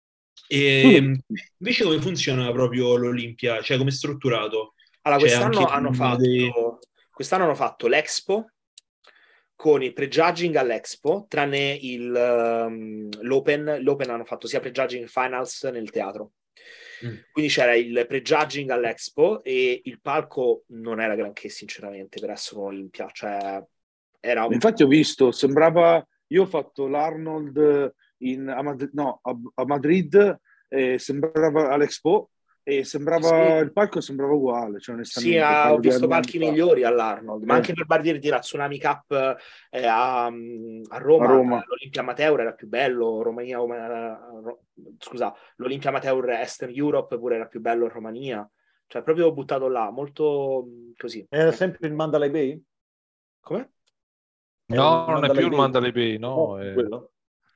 E invece come funziona proprio l'Olimpia? Cioè come è strutturato? Allora, C'è quest'anno anche hanno fatto dei... quest'anno hanno fatto l'Expo con il prejudging all'Expo, tranne il, um, l'Open. L'Open hanno fatto sia prejudging finals nel teatro. Mm. Quindi c'era il prejudging all'Expo e il palco non era granché, sinceramente, per essere un'Olimpia. Cioè, era un... Infatti ho visto, sembrava... Io ho fatto l'Arnold in, a, Madrid, no, a, a Madrid, eh, sembrava all'Expo, e sembrava, sì. Il palco sembrava uguale, cioè sì, ha, ho visto palchi migliori all'Arnold, ma eh. anche per dire di Tsunami Cup eh, a, a Roma, a Roma. L'Olimpia Amateur era più bello, Romania, uh, scusa, l'Olimpia Amateur Eastern Europe pure era più bello in Romania, cioè proprio buttato là, molto così. Era sempre il Mandalay Bay? Come? No, non è più il Mandalay Bay, no, no è... quello.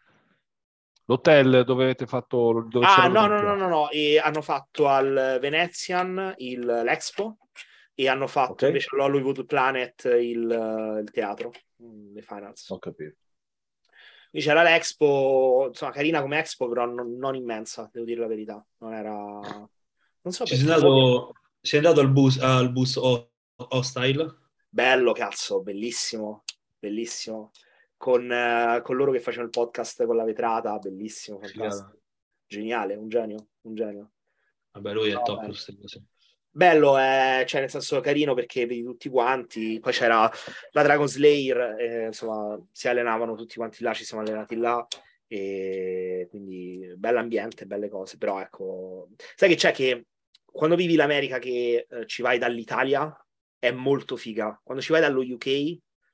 L'hotel dove avete fatto dove ah no no no no no e hanno fatto al Venezian il, l'Expo e hanno fatto okay. invece all'Hollywood Planet il, il teatro, le finals. Ho capito. Quindi c'era l'Expo, insomma carina come Expo, però non, non immensa, devo dire la verità, non era, non so, sei andato, sei andato al bus al bus Hostile? Bello, cazzo, bellissimo bellissimo Con, uh, con loro che facevano il podcast con la vetrata, bellissimo, fantastico, geniale, un genio, un genio. Vabbè, lui è no, top beh. queste cose. Bello, eh, cioè nel senso carino perché vedi tutti quanti, poi c'era la Dragon Slayer, eh, insomma si allenavano tutti quanti là, ci siamo allenati là, e quindi bell'ambiente, belle cose, però ecco, sai che c'è che quando vivi l'America che eh, ci vai dall'Italia è molto figa, quando ci vai dallo U K,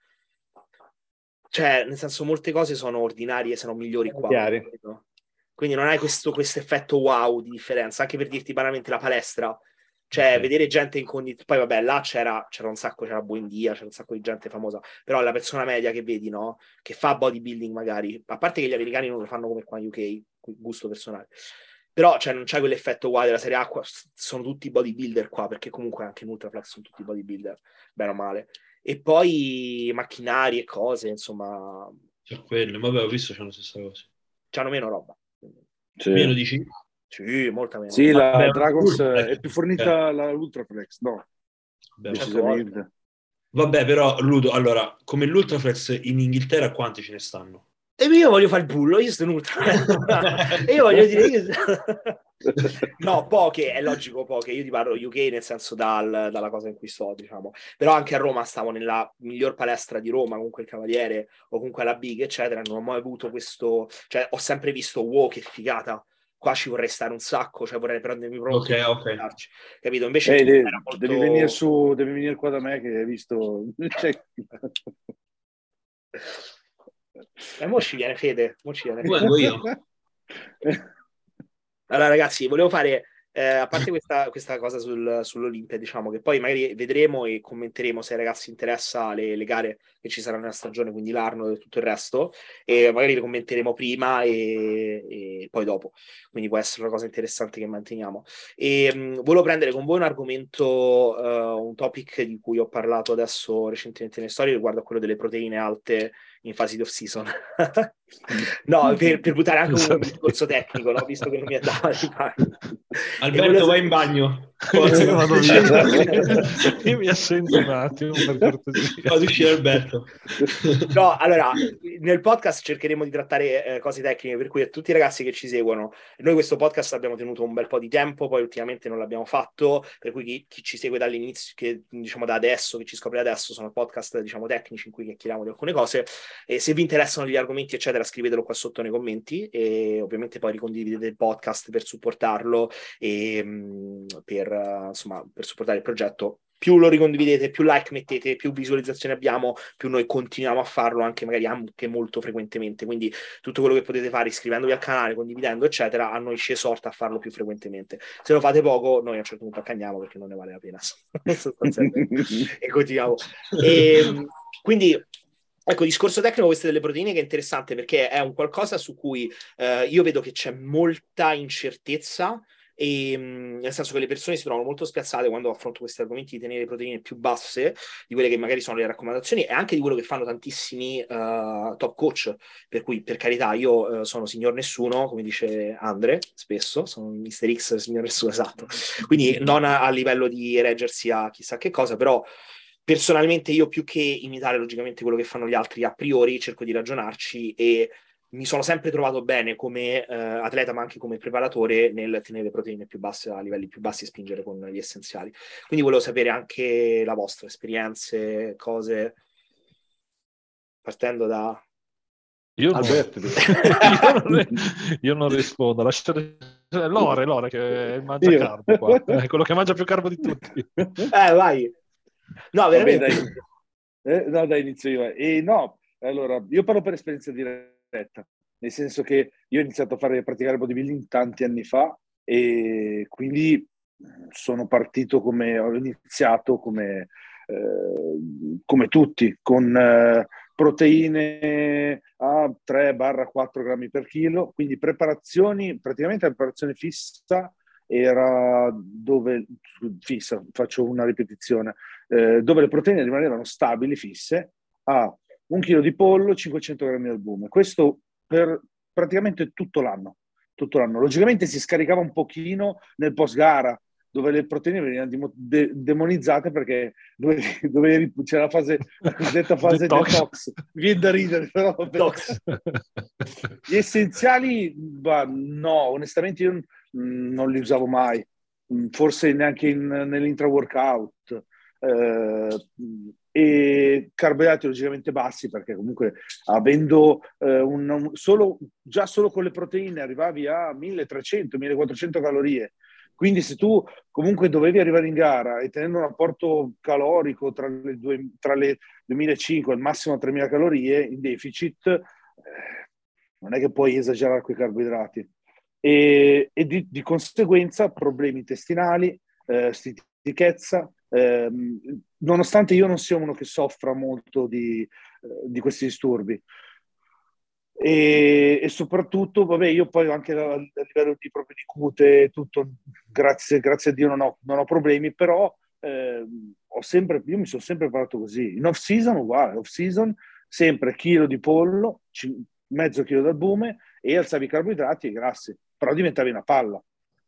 cioè nel senso molte cose sono ordinarie se non migliori qua. Chiari. Quindi non hai questo effetto wow di differenza, anche per dirti banalmente la palestra. Cioè, okay. Vedere gente in condizioni... Poi vabbè, là c'era, c'era un sacco, c'era Buendia, c'era un sacco di gente famosa, però la persona media che vedi, no? Che fa bodybuilding magari, a parte che gli americani non lo fanno come qua in U K, gusto personale, però cioè, non c'è quell'effetto wow della Serie A, sono tutti bodybuilder qua, perché comunque anche in Ultraflex sono tutti bodybuilder, bene o male. E poi macchinari e cose, insomma... C'è quello, vabbè, ho visto c'è la stessa cosa. C'hanno meno roba. Sì. Meno dici? Sì, molta meno. Sì, la Vabbè, Dragons Ultraflex. è più fornita, eh. La Ultraflex, no. Vabbè, decisamente. Vabbè, però, Ludo, allora, come l'Ultraflex in Inghilterra quanti ce ne stanno? E io voglio fare il bullo, io sto in Ultraflex. E io voglio dire... Io... no, poche, è logico poche. Io ti parlo U K nel senso dal, dalla cosa in cui sto, diciamo. Però anche a Roma stavo nella miglior palestra di Roma, comunque il Cavaliere, o comunque la Big, eccetera. Non ho mai avuto questo... Cioè, ho sempre visto, wow, che figata. Qua ci vorrei stare un sacco, cioè vorrei prendermi proprio ok, ok, capito? Invece eh, tu devi, era molto... devi venire su, devi venire qua da me che hai visto cioè... e mo ci viene Fede, mo ci viene Fede. Io. Allora ragazzi, volevo fare eh, a parte questa, questa cosa sul, sull'Olimpia, diciamo che poi magari vedremo e commenteremo se ai ragazzi interessa le, le gare che ci saranno nella stagione, quindi l'Arnold e tutto il resto, e magari le commenteremo prima e, e poi dopo, quindi può essere una cosa interessante che manteniamo. E mh, volevo prendere con voi un argomento, uh, un topic di cui ho parlato adesso recentemente nelle storie riguardo a quello delle proteine alte in fase di off season. No, per, per buttare anche un discorso tecnico, no? Visto che non mi è dato di fare. Alberto, vai in bagno. Io vado via. Io mi assento un attimo per cortesia. Vado uscire Alberto. No, allora, nel podcast cercheremo di trattare eh, cose tecniche, per cui a tutti i ragazzi che ci seguono, noi questo podcast l'abbiamo tenuto un bel po' di tempo, poi ultimamente non l'abbiamo fatto, per cui chi, chi ci segue dall'inizio, che diciamo da adesso, che ci scopre adesso, sono podcast diciamo tecnici in cui chiacchieriamo di alcune cose, e se vi interessano gli argomenti eccetera scrivetelo qua sotto nei commenti e ovviamente poi ricondividete il podcast per supportarlo e mh, per, uh, insomma, per supportare il progetto. Più lo ricondividete, più like mettete, più visualizzazioni abbiamo, più noi continuiamo a farlo anche magari anche molto frequentemente, quindi tutto quello che potete fare iscrivendovi al canale, condividendo eccetera, a noi ci esorta a farlo più frequentemente. Se lo fate poco noi a un certo punto accagniamo perché non ne vale la pena e continuiamo e, quindi ecco, discorso tecnico questo delle proteine che è interessante perché è un qualcosa su cui eh, io vedo che c'è molta incertezza e mh, nel senso che le persone si trovano molto spiazzate quando affronto questi argomenti di tenere proteine più basse di quelle che magari sono le raccomandazioni e anche di quello che fanno tantissimi uh, top coach, per cui per carità io uh, sono signor nessuno, come dice Andre spesso, sono mister X signor nessuno, esatto, quindi non a, a livello di reggersi a chissà che cosa, però personalmente io più che imitare logicamente quello che fanno gli altri a priori cerco di ragionarci e mi sono sempre trovato bene come eh, atleta ma anche come preparatore nel tenere le proteine più basse a livelli più bassi e spingere con gli essenziali, quindi volevo sapere anche la vostra esperienze, cose partendo da io non, Alberto, io, non, io non rispondo, lasciate Lore, Lore che mangia Io. carbo qua, è quello che mangia più carbo di tutti. Eh vai, no veramente. Vabbè, dai. Eh, no dai inizio io e no, allora io parlo per esperienza diretta, nel senso che io ho iniziato a fare praticare bodybuilding tanti anni fa e quindi sono partito come ho iniziato come eh, come tutti con eh, proteine a tre quattro grammi per chilo, quindi preparazioni, praticamente la preparazione fissa era dove, fissa, faccio una ripetizione, eh, dove le proteine rimanevano stabili, fisse, a un chilo di pollo, cinquecento grammi di albume. Questo per praticamente tutto l'anno. Tutto l'anno. Logicamente si scaricava un pochino nel post gara, dove le proteine venivano de- demonizzate perché dove, dove c'era la fase, la cosiddetta fase detox. detox. Viene da ridere, però detox. Gli essenziali, bah, no, onestamente io non li usavo mai. forse neanche in, nell'intra-workout, eh, e carboidrati logicamente bassi, perché comunque avendo eh, un, un, solo, già solo con le proteine arrivavi a milletrecento millequattrocento calorie. Quindi se tu comunque dovevi arrivare in gara e tenendo un rapporto calorico tra le, due, tra le duemilacinquecento e al massimo tremila calorie in deficit, eh, non è che puoi esagerare con i carboidrati. E, e di, di conseguenza problemi intestinali, eh, stitichezza, ehm, nonostante io non sia uno che soffra molto di, eh, di questi disturbi. E, e soprattutto, vabbè, io poi anche a, a livello di, proprio di cute, tutto, grazie, grazie a Dio non ho, non ho problemi, però eh, ho sempre, io mi sono sempre preparato così. In off-season uguale, off-season sempre chilo di pollo, c- mezzo chilo d'albume e alzavi i carboidrati e i grassi, però diventavi una palla.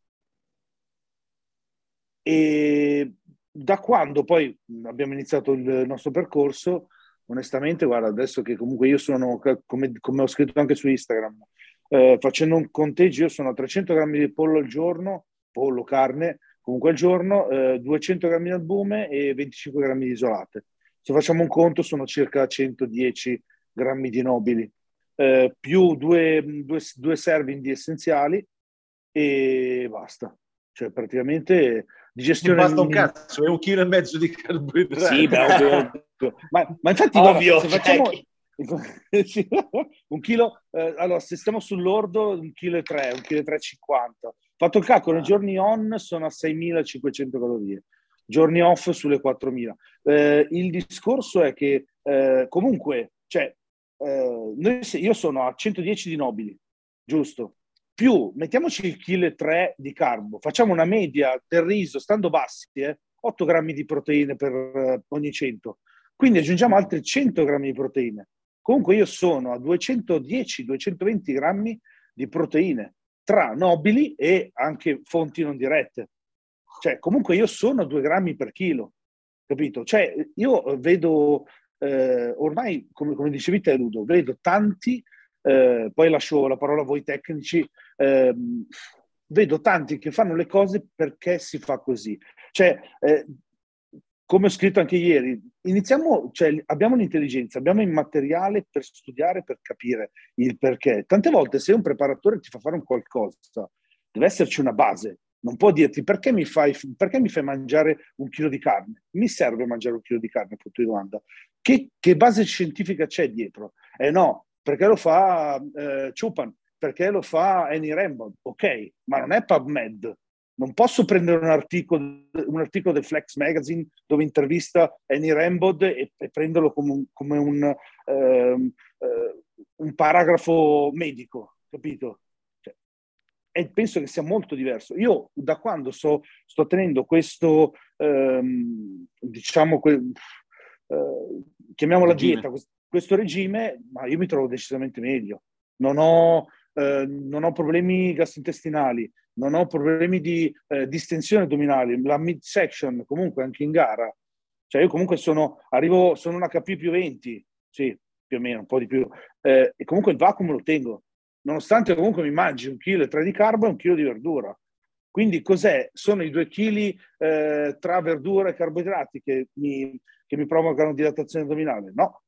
E da quando poi abbiamo iniziato il nostro percorso, onestamente, guarda, adesso che comunque io sono, come, come ho scritto anche su Instagram, eh, facendo un conteggio, io sono a trecento grammi di pollo al giorno, pollo, carne, comunque al giorno, eh, duecento grammi di albume e venticinque grammi di isolate. Se facciamo un conto, sono circa centodieci grammi di nobili, eh, più due, due, due serving di essenziali e basta. Cioè, praticamente digestione... basta un cazzo, è un chilo e mezzo di carboidrati. Sì, beh, ovvio, ovvio. Ma, ma infatti, ovvio, guarda, se facciamo cioè... un chilo, eh, allora, se stiamo sull'ordo, un chilo e tre, un chilo e tre cinquanta. Fatto il calcolo, nei giorni on sono a seimilacinquecento calorie, giorni off sulle quattromila. Eh, il discorso è che eh, comunque, cioè, eh, noi, io sono a centodieci di nobili, giusto? Più, mettiamoci il chilo e tre di carbo, facciamo una media del riso, stando bassi, eh, otto grammi di proteine per eh, ogni cento. Quindi aggiungiamo altri cento grammi di proteine. Comunque io sono a duecentodieci duecentoventi grammi di proteine, tra nobili e anche fonti non dirette. Cioè, comunque io sono a due grammi per chilo, capito? Cioè, io vedo, eh, ormai, come, come dicevi te, Ludo, vedo tanti, eh, poi lascio la parola a voi tecnici, eh, vedo tanti che fanno le cose perché si fa così. Cioè, eh, come ho scritto anche ieri, iniziamo, cioè, abbiamo l'intelligenza, abbiamo il materiale per studiare, per capire il perché. Tante volte se un preparatore ti fa fare un qualcosa, deve esserci una base. Non può dirti perché mi fai, perché mi fai mangiare un chilo di carne? Mi serve mangiare un chilo di carne, punto di domanda. Che, che base scientifica c'è dietro? Eh no, perché lo fa eh, Chupan, perché lo fa Annie Rainbow. Ok, ma non è PubMed. Non posso prendere un articolo, un articolo del Flex Magazine dove intervista Annie Rainbow e, e prenderlo come un, come un, ehm, eh, un paragrafo medico, capito? Cioè, e penso che sia molto diverso. Io da quando so, sto tenendo questo, ehm, diciamo, que, eh, chiamiamola regime. dieta, questo regime, ma io mi trovo decisamente meglio. Non ho, eh, non ho problemi gastrointestinali, non ho problemi di eh, distensione addominali, la midsection comunque anche in gara, cioè io comunque sono, arrivo, sono un H P più venti, sì, più o meno, un po' di più, eh, e comunque il vacuum lo tengo, nonostante comunque mi mangi un chilo e tre di carbo e un chilo di verdura. Quindi cos'è? Sono i due chili eh, tra verdura e carboidrati che mi, che mi provocano dilatazione addominale? No.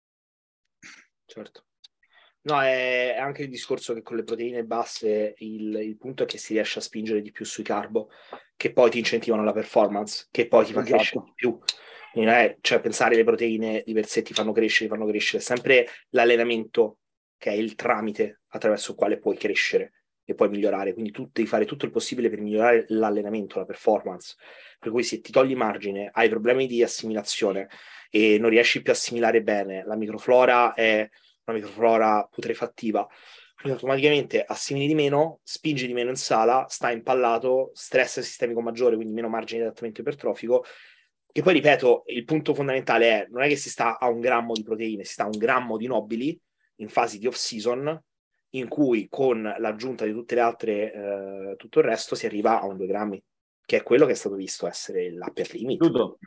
Certo. No, è anche il discorso che con le proteine basse il, il punto è che si riesce a spingere di più sui carbo, che poi ti incentivano la performance, che poi ti fa Esatto. crescere di più. Non è, cioè, pensare le proteine di per sé ti fanno crescere, ti fanno crescere. È sempre l'allenamento che è il tramite attraverso il quale puoi crescere e puoi migliorare. Quindi tu devi fare tutto il possibile per migliorare l'allenamento, la performance. Per cui se ti togli margine, hai problemi di assimilazione e non riesci più a assimilare bene, la microflora è una microflora putrefattiva, quindi automaticamente assimili di meno, spingi di meno in sala, stai impallato, stress sistemico maggiore, quindi meno margine di adattamento ipertrofico. E poi ripeto, il punto fondamentale è non è che si sta a un grammo di proteine, si sta a un grammo di nobili in fasi di off season, in cui con l'aggiunta di tutte le altre, eh, tutto il resto si arriva a un due grammi, che è quello che è stato visto essere l'upper limit. Ludo,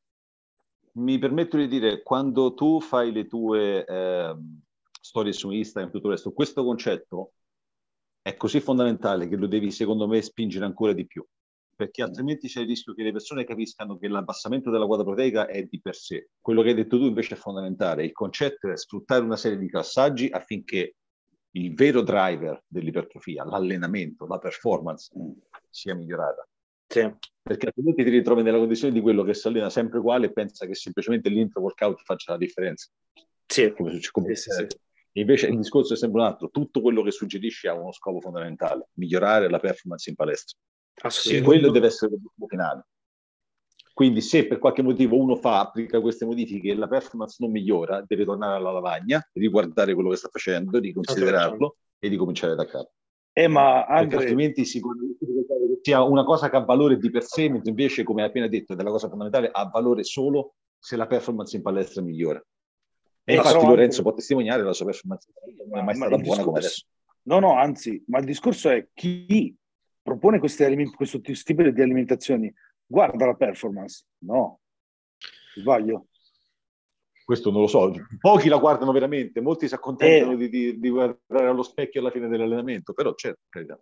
mi permetto di dire, quando tu fai le tue eh, storie su Instagram, tutto il resto, questo concetto è così fondamentale che lo devi, secondo me, spingere ancora di più. perché altrimenti c'è il rischio che le persone capiscano che l'abbassamento della quota proteica è di per sé. Quello che hai detto tu invece è fondamentale. Il concetto è sfruttare una serie di passaggi affinché il vero driver dell'ipertrofia, l'allenamento, la performance, sia migliorata. Sì. Perché altrimenti ti ritrovi nella condizione di quello che si allena sempre uguale e pensa che semplicemente l'intro workout faccia la differenza. Sì. Come, come Sì, sì, sì. Invece il discorso è sempre un altro. Tutto quello che suggerisci ha uno scopo fondamentale: migliorare la performance in palestra. E quello deve essere il finale. Quindi se per qualche motivo uno fa, applica queste modifiche e la performance non migliora, deve tornare alla lavagna, riguardare quello che sta facendo, riconsiderarlo e ricominciare da capo. Eh, ma Perché Andre... altrimenti sicuramente sia una cosa che ha valore di per sé, mentre invece, come hai appena detto, della cosa fondamentale, ha valore solo se la performance in palestra migliora. E eh, infatti Andre... Lorenzo può testimoniare la sua performance non è mai stata buona discorso... come adesso. No, no, anzi, ma il discorso è chi propone questi aliment- questo tipo di alimentazioni guarda la performance. No, sbaglio. Questo non lo so, pochi la guardano veramente, molti si accontentano Eh, di, di, di guardare allo specchio alla fine dell'allenamento, però certo, credo.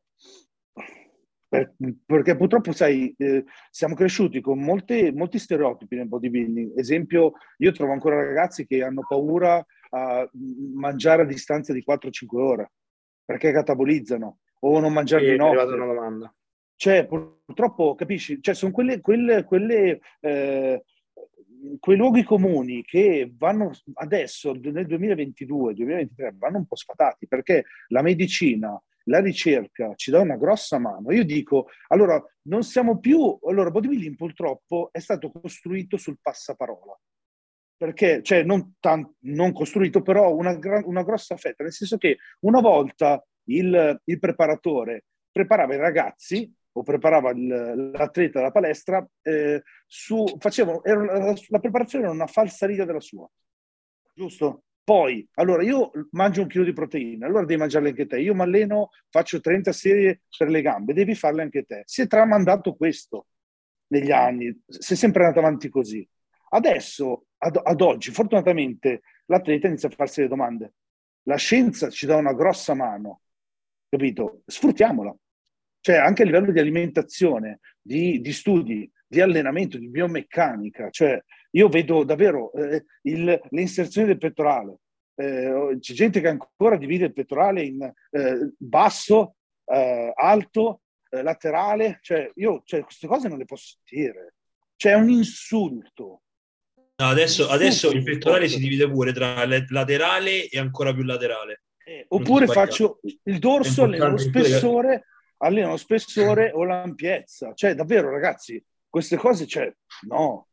per, perché purtroppo, sai, eh, siamo cresciuti con molte, molti stereotipi nel bodybuilding. Esempio, io trovo ancora ragazzi che hanno paura a mangiare a distanza di quattro cinque ore, perché catabolizzano, o non mangiare di Sì, mi è arrivata notte. una domanda. Cioè, purtroppo, capisci? Cioè, sono quelle, quelle, quelle eh, quei luoghi comuni che vanno adesso, nel duemilaventidue duemilaventitré, vanno un po' sfatati, perché la medicina, la ricerca ci dà una grossa mano. Io dico, allora, non siamo più... Allora, bodybuilding purtroppo è stato costruito sul passaparola. Perché, cioè, non, tan- non costruito, però una, gra- una grossa fetta, nel senso che una volta il, il preparatore preparava i ragazzi o preparava il, l'atleta della palestra, eh, su, facevano, era, la, la preparazione era una falsariga della sua, giusto? Poi, allora io mangio un chilo di proteine, allora devi mangiarle anche te. Io mi alleno, faccio trenta serie per le gambe, devi farle anche te. Si è tramandato questo negli anni, si è sempre andato avanti così. Adesso, ad, ad oggi, fortunatamente, l'atleta inizia a farsi le domande. La scienza ci dà una grossa mano, capito? Sfruttiamola. Cioè, anche a livello di alimentazione, di, di studi, di allenamento, di biomeccanica. Cioè, io vedo davvero eh, il, l'inserzione del pettorale. Eh, c'è gente che ancora divide il pettorale in eh, basso, eh, alto, eh, laterale. Cioè, io cioè, queste cose non le posso dire. Cioè, è un insulto. No, adesso, Insulto adesso il questo pettorale sport. si divide pure tra le- laterale e ancora più laterale. Eh, Non ti oppure sbagliare. faccio il dorso, È alleno lo importante pure che- spessore, alleno lo spessore o l'ampiezza. Cioè, davvero, ragazzi, queste cose, cioè, no.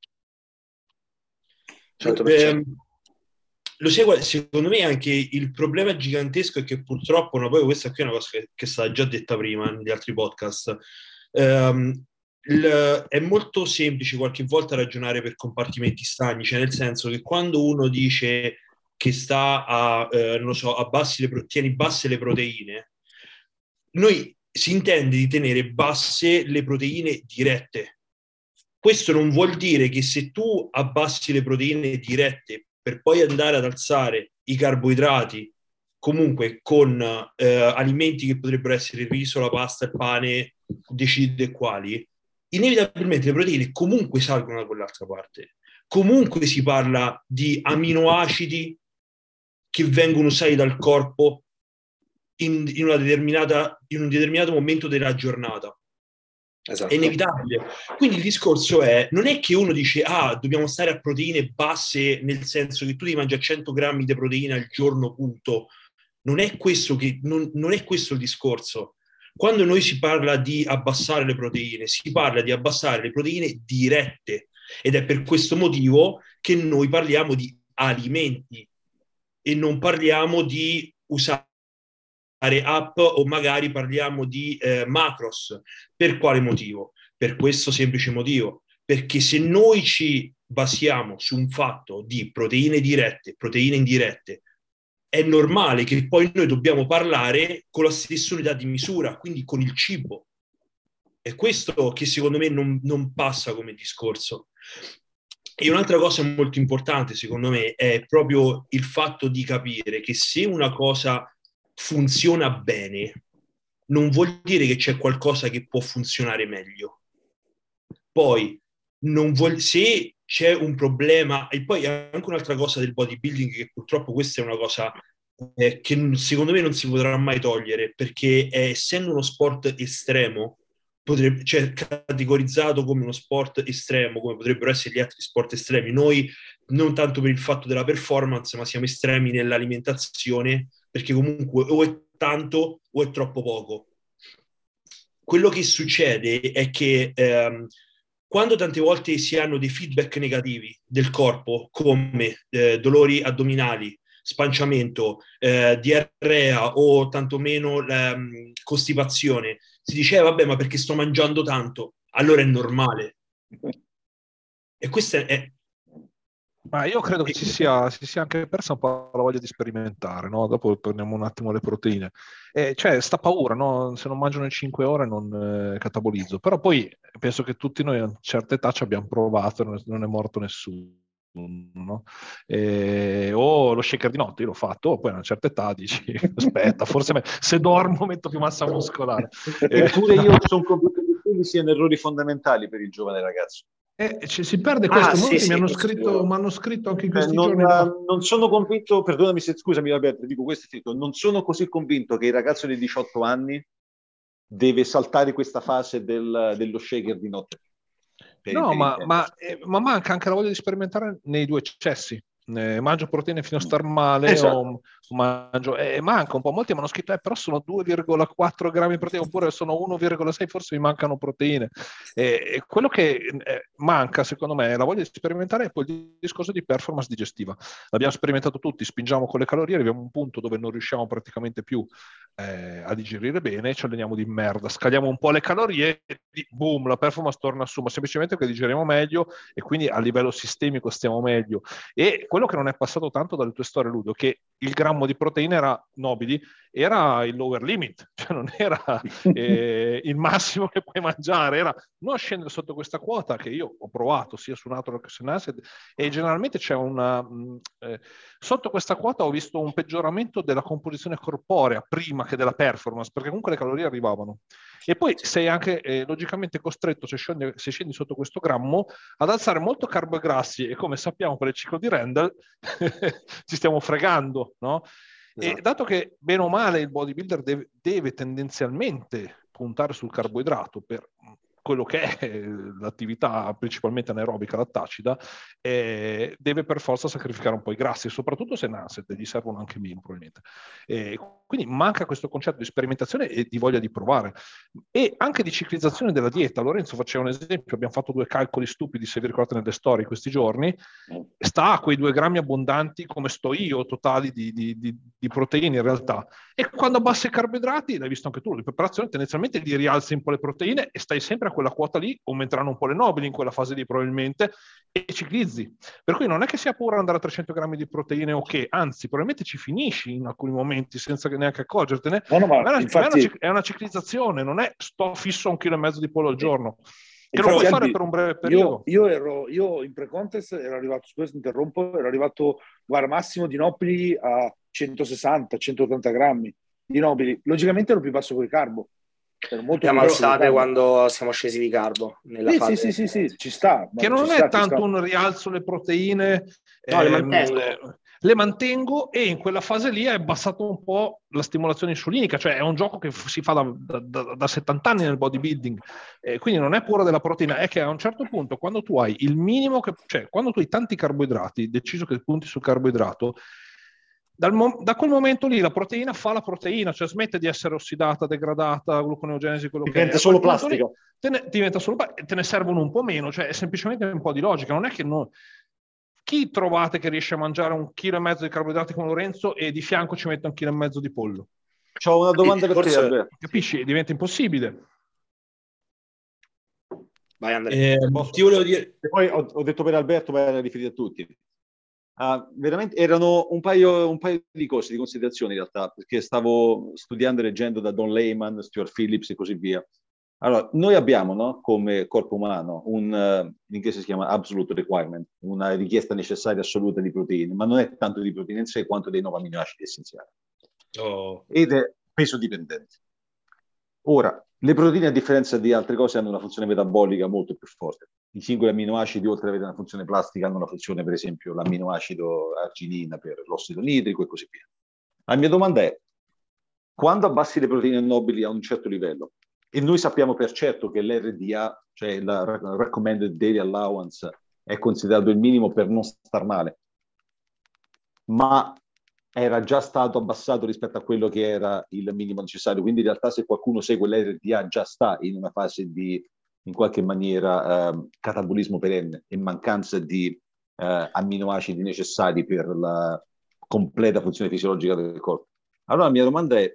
cento per cento. Ehm, lo sai, qual- secondo me anche il problema gigantesco è che purtroppo, no, poi questa qui è una cosa che, che è stata già detta prima negli altri podcast, ehm, il- è molto semplice qualche volta ragionare per compartimenti stagni, cioè nel senso che quando uno dice che sta a, eh, non lo so, a bassi le pro- tieni basse le proteine, noi si intende di tenere basse le proteine dirette. Questo non vuol dire che se tu abbassi le proteine dirette per poi andare ad alzare i carboidrati, comunque con eh, alimenti che potrebbero essere il riso, la pasta, il pane, decide quali, inevitabilmente le proteine comunque salgono da quell'altra parte. Comunque si parla di aminoacidi che vengono usati dal corpo in, in, una determinata, in un determinato momento della giornata. Esatto. È inevitabile. Quindi il discorso è, non è che uno dice, ah, dobbiamo stare a proteine basse, nel senso che tu devi mangiare cento grammi di proteina al giorno, punto. Non è questo, che, non, non è questo il discorso. Quando noi si parla di abbassare le proteine, si parla di abbassare le proteine dirette. Ed è per questo motivo che noi parliamo di alimenti e non parliamo di usare app o magari parliamo di eh, macros. Per quale motivo? Per questo semplice motivo. Perché se noi ci basiamo su un fatto di proteine dirette, proteine indirette, è normale che poi noi dobbiamo parlare con la stessa unità di misura, quindi con il cibo. È questo che secondo me non, non passa come discorso. E un'altra cosa molto importante, secondo me, è proprio il fatto di capire che se una cosa funziona bene, non vuol dire che c'è qualcosa che può funzionare meglio. Poi, non vuol, se c'è un problema, e poi anche un'altra cosa del bodybuilding, che purtroppo questa è una cosa eh, che secondo me non si potrà mai togliere, perché eh, essendo uno sport estremo, potrebbe, cioè categorizzato come uno sport estremo, come potrebbero essere gli altri sport estremi, noi non tanto per il fatto della performance, ma siamo estremi nell'alimentazione, perché comunque o è tanto o è troppo poco. Quello che succede è che ehm, quando tante volte si hanno dei feedback negativi del corpo, come eh, dolori addominali, spanciamento, eh, diarrea o tantomeno la, um, costipazione, si dice, eh, vabbè, ma perché sto mangiando tanto? Allora è normale. E questa è... Ma io credo che ci sia, si sia anche persa un po' la voglia di sperimentare, no? Dopo torniamo un attimo alle proteine. Eh, cioè, sta paura, no? Se non mangio nelle cinque ore non eh, catabolizzo. Però poi penso che tutti noi a una certa età ci abbiamo provato, non è, non è morto nessuno. No? Eh, o lo shaker di notte, io l'ho fatto, poi a una certa età dici, aspetta, forse me, se dormo metto più massa muscolare. Eppure io sono convinto che quelli siano errori fondamentali per il giovane ragazzo. Eh, ci si perde questo. Ah, Molti sì, mi, sì, hanno questo scritto, sicuro. mi hanno scritto anche in Eh, questi non, giorni. Ma... non sono convinto, perdonami se scusami Alberto, dico questo, non sono così convinto che il ragazzo di diciotto anni deve saltare questa fase del, dello shaker di notte. Per, No, per ma, intendere. ma, eh, ma manca anche la voglia di sperimentare nei due eccessi. Eh, mangio proteine fino a star male, Esatto. o, o mangio, eh, manca un po'. Molti mi hanno scritto, eh, però sono due virgola quattro grammi di proteine, oppure sono uno virgola sei, forse mi mancano proteine. Eh, e quello che eh, manca, secondo me, è la voglia di sperimentare, e poi il discorso di performance digestiva. L'abbiamo sperimentato tutti, spingiamo con le calorie, arriviamo a un punto dove non riusciamo praticamente più eh, a digerire bene, ci alleniamo di merda, scaliamo un po' le calorie e di, boom, la performance torna su, ma semplicemente perché digeriamo meglio e quindi a livello sistemico stiamo meglio. E quello che non è passato tanto dalle tue storie, Ludo, che il grammo di proteine era nobili, era il lower limit, cioè non era eh, il massimo che puoi mangiare, era non scendere sotto questa quota che io ho provato sia su Natural che su Nasced, e generalmente c'è una mh, eh, sotto questa quota ho visto un peggioramento della composizione corporea prima che della performance, perché comunque le calorie arrivavano. E poi sei anche eh, logicamente costretto, se scendi, se scendi sotto questo grammo, ad alzare molto carbo e grassi, e come sappiamo per il ciclo di Randall ci stiamo fregando, no? Esatto. E dato che bene o male il bodybuilder deve, deve tendenzialmente puntare sul carboidrato per quello che è l'attività principalmente anaerobica lattacida, eh, deve per forza sacrificare un po' i grassi, soprattutto se Nasced, gli servono anche meno probabilmente. Eh, quindi manca questo concetto di sperimentazione e di voglia di provare, e anche di ciclizzazione della dieta. Lorenzo faceva un esempio, abbiamo fatto due calcoli stupidi, se vi ricordate, nelle storie questi giorni, sta a quei due grammi abbondanti come sto io, totali di, di, di, di proteine in realtà, e quando abbassi i carboidrati, l'hai visto anche tu, le preparazioni tendenzialmente li rialzi un po' le proteine e stai sempre a quella quota lì, aumenteranno un po' le nobili in quella fase lì probabilmente, e ciclizzi. Per cui non è che sia paura andare a trecento grammi di proteine o che, anzi probabilmente ci finisci in alcuni momenti senza che neanche accorgertene. No, no, ma è, una, infatti... è, una, è una ciclizzazione, non è sto fisso a un chilo e mezzo di pollo al giorno, che infatti, lo puoi fare Albi, per un breve periodo. Io, io, ero, io in pre-contest ero arrivato, su questo interrompo, ero arrivato, guarda, massimo di nobili a centosessanta centottanta grammi di nobili. Logicamente ero più basso con il carbo. Abbiamo alzate quando siamo scesi di carbo nella sì, fase... sì, sì, sì, sì, ci sta. Che non ci è sta, tanto un rialzo le proteine, no, ehm, le mantengo. Eh, le mantengo, e in quella fase lì è abbassato un po' la stimolazione insulinica, cioè è un gioco che si fa da, da, da settanta anni nel bodybuilding, eh, quindi non è pura della proteina, è che a un certo punto, quando tu hai il minimo, che, cioè quando tu hai tanti carboidrati, deciso che punti sul carboidrato, Dal mo- da quel momento lì la proteina fa la proteina, cioè smette di essere ossidata, degradata, gluconeogenesi, quello diventa che è. solo plastica. Te ne, diventa solo te ne servono un po' meno, cioè è semplicemente un po' di logica. Non è che no... Chi trovate che riesce a mangiare un chilo e mezzo di carboidrati come Lorenzo e di fianco ci mette un chilo e mezzo di pollo? C'ho una domanda per Forse... te, Alberto. Capisci? Diventa impossibile. Vai, Andrea. Eh, ti volevo dire... E poi ho, ho detto per Alberto, ma era riferito a tutti. Uh, veramente erano un paio, un paio di cose, di considerazioni in realtà, perché stavo studiando e leggendo da Don Layman, Stuart Phillips e così via. Allora, noi abbiamo, no, come corpo umano, un, uh, in inglese si chiama absolute requirement, una richiesta necessaria assoluta di proteine, ma non è tanto di proteine in sé quanto dei nove aminoacidi essenziali. Oh. Ed è peso dipendente. Ora, le proteine, a differenza di altre cose, hanno una funzione metabolica molto più forte. I singoli amminoacidi, oltre ad avere una funzione plastica, hanno una funzione, per esempio, l'amminoacido arginina per l'ossido nitrico e così via. La mia domanda è, quando abbassi le proteine nobili a un certo livello, e noi sappiamo per certo che l'R D A, cioè la Recommended Daily Allowance, è considerato il minimo per non star male, ma era già stato abbassato rispetto a quello che era il minimo necessario. Quindi in realtà se qualcuno segue l'R D A già sta in una fase di, in qualche maniera, eh, catabolismo perenne e mancanza di eh, amminoacidi necessari per la completa funzione fisiologica del corpo. Allora la mia domanda è,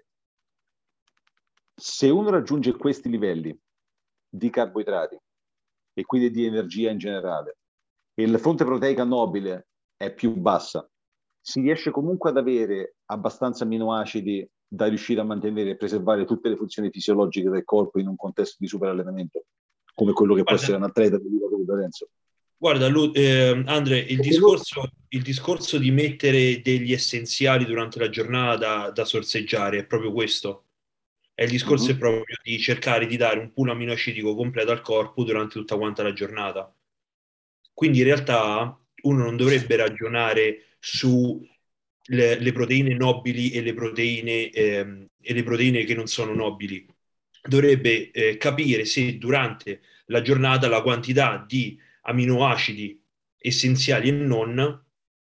se uno raggiunge questi livelli di carboidrati e quindi di energia in generale, e la fonte proteica nobile è più bassa, si riesce comunque ad avere abbastanza amminoacidi da riuscire a mantenere e preservare tutte le funzioni fisiologiche del corpo in un contesto di superallenamento, come quello che può Guarda, essere un atleta di livello di Lorenzo. Guarda, Lu- eh, Andre, il discorso, il discorso di mettere degli essenziali durante la giornata da, da sorseggiare è proprio questo. E il discorso Mhm. è proprio di cercare di dare un pool aminoacidico completo al corpo durante tutta quanta la giornata. Quindi in realtà uno non dovrebbe ragionare su le, le proteine nobili e le proteine, ehm, e le proteine che non sono nobili. Dovrebbe eh, capire se durante la giornata la quantità di aminoacidi essenziali e non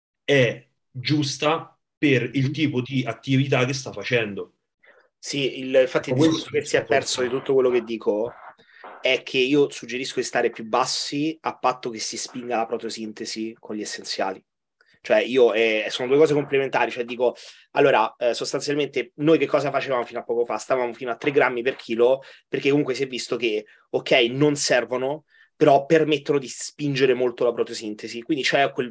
è giusta per il tipo di attività che sta facendo. Sì, il, infatti il Ecco, discorso questo è che il si è perso di discorso. tutto quello che dico è che io suggerisco di stare più bassi a patto che si spinga la protosintesi con gli essenziali. Cioè io, eh, sono due cose complementari, cioè dico, allora, eh, sostanzialmente noi che cosa facevamo fino a poco fa? Stavamo fino a tre grammi per chilo, perché comunque si è visto che, ok, non servono, però permettono di spingere molto la protosintesi, quindi c'è quel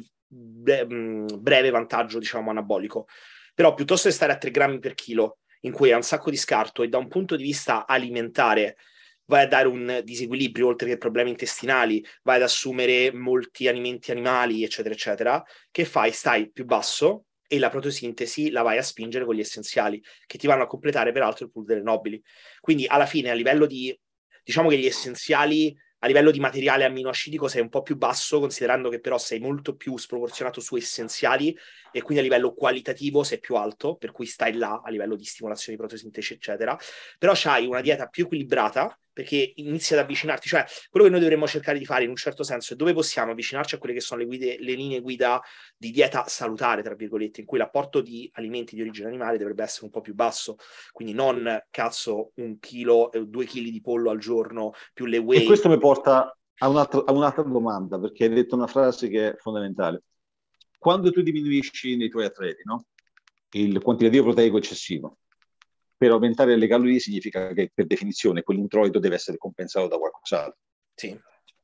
breve vantaggio, diciamo, anabolico. Però piuttosto che stare a tre grammi per chilo, in cui ha un sacco di scarto e da un punto di vista alimentare vai a dare un disequilibrio oltre che problemi intestinali, vai ad assumere molti alimenti animali, eccetera, eccetera, che fai? Stai più basso e la protosintesi la vai a spingere con gli essenziali, che ti vanno a completare peraltro il pool delle nobili. Quindi alla fine a livello di, diciamo che gli essenziali a livello di materiale amminoacidico sei un po' più basso, considerando che però sei molto più sproporzionato su essenziali e quindi a livello qualitativo sei più alto, per cui stai là a livello di stimolazione di protosintesi, eccetera. Però c'hai una dieta più equilibrata perché inizi ad avvicinarti, cioè quello che noi dovremmo cercare di fare in un certo senso è dove possiamo avvicinarci a quelle che sono le, guide, le linee guida di dieta salutare, tra virgolette, in cui l'apporto di alimenti di origine animale dovrebbe essere un po' più basso, quindi non cazzo un chilo, due chili di pollo al giorno più le E whey. questo mi porta a un'altra, a un'altra domanda, perché hai detto una frase che è fondamentale. Quando tu diminuisci nei tuoi atleti, no? Il quantitativo proteico eccessivo, per aumentare le calorie significa che per definizione quell'introito deve essere compensato da qualcos'altro. Sì.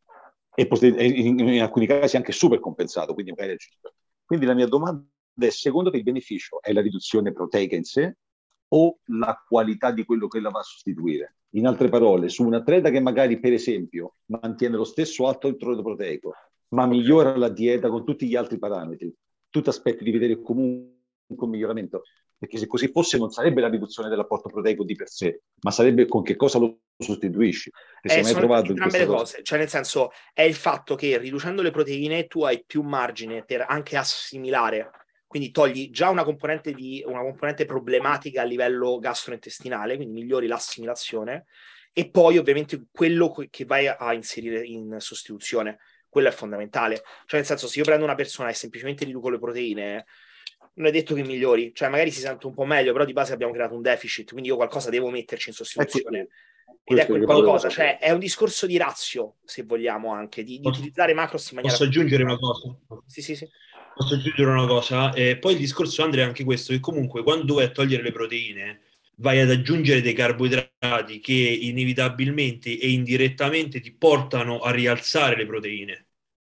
E in, in alcuni casi anche super compensato, quindi magari Quindi la mia domanda è, secondo te il beneficio è la riduzione proteica in sé o la qualità di quello che la va a sostituire? In altre parole, su un atleta che magari, per esempio, mantiene lo stesso alto introito proteico, ma Okay. migliora la dieta con tutti gli altri parametri, tu ti aspetti di vedere comunque un miglioramento? Perché se così fosse non sarebbe la riduzione dell'apporto proteico di per sé, ma sarebbe con che cosa lo sostituisci. E Eh, sei mai sono trovato in entrambe questa le cosa? cose, cioè nel senso è il fatto che riducendo le proteine tu hai più margine per anche assimilare, quindi togli già una componente, di, una componente problematica a livello gastrointestinale, quindi migliori l'assimilazione, e poi ovviamente quello che vai a inserire in sostituzione, quello è fondamentale. Cioè nel senso se io prendo una persona e semplicemente riduco le proteine, non è detto che migliori, cioè magari si sente un po' meglio, però di base abbiamo creato un deficit, quindi io qualcosa devo metterci in Ecco, sostituzione. Ed è questo quel che volevo qualcosa, sapere. cioè è un discorso di razio, se vogliamo, anche, di, di Posso, utilizzare macros in maniera posso più aggiungere una intelligente. cosa? Sì, sì, sì. Posso aggiungere una cosa? E poi il discorso, Andrea, è anche questo, che comunque quando tu vai a togliere le proteine, vai ad aggiungere dei carboidrati che inevitabilmente e indirettamente ti portano a rialzare le proteine.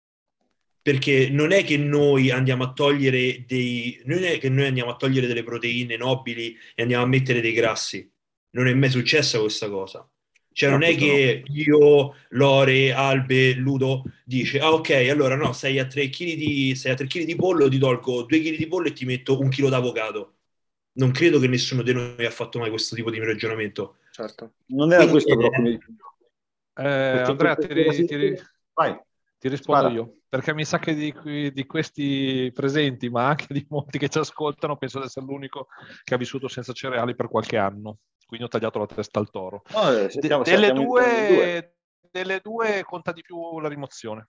Perché non è che noi andiamo a togliere dei, non è che noi andiamo a togliere delle proteine nobili e andiamo a mettere dei grassi. Non è mai successa questa cosa. Cioè No, non è questo no. che io, Lore, Albe, Ludo dice ah ok, allora no, sei a tre chili di, sei a tre chili di pollo, ti tolgo due chili di pollo e ti metto un chilo d'avocado. non credo che nessuno di noi abbia fatto mai questo tipo di ragionamento. Certo. Non era Quindi, questo però eh, come... Eh, Andrea, ti, ri- ti ri- Vai. ti rispondo Spara. io, perché mi sa che di, qui- di questi presenti, ma anche di molti che ci ascoltano, penso di essere l'unico che ha vissuto senza cereali per qualche anno, quindi ho tagliato la testa al toro. No, eh, De- siamo, delle, siamo in- siamo in due. due, delle due conta di più la rimozione.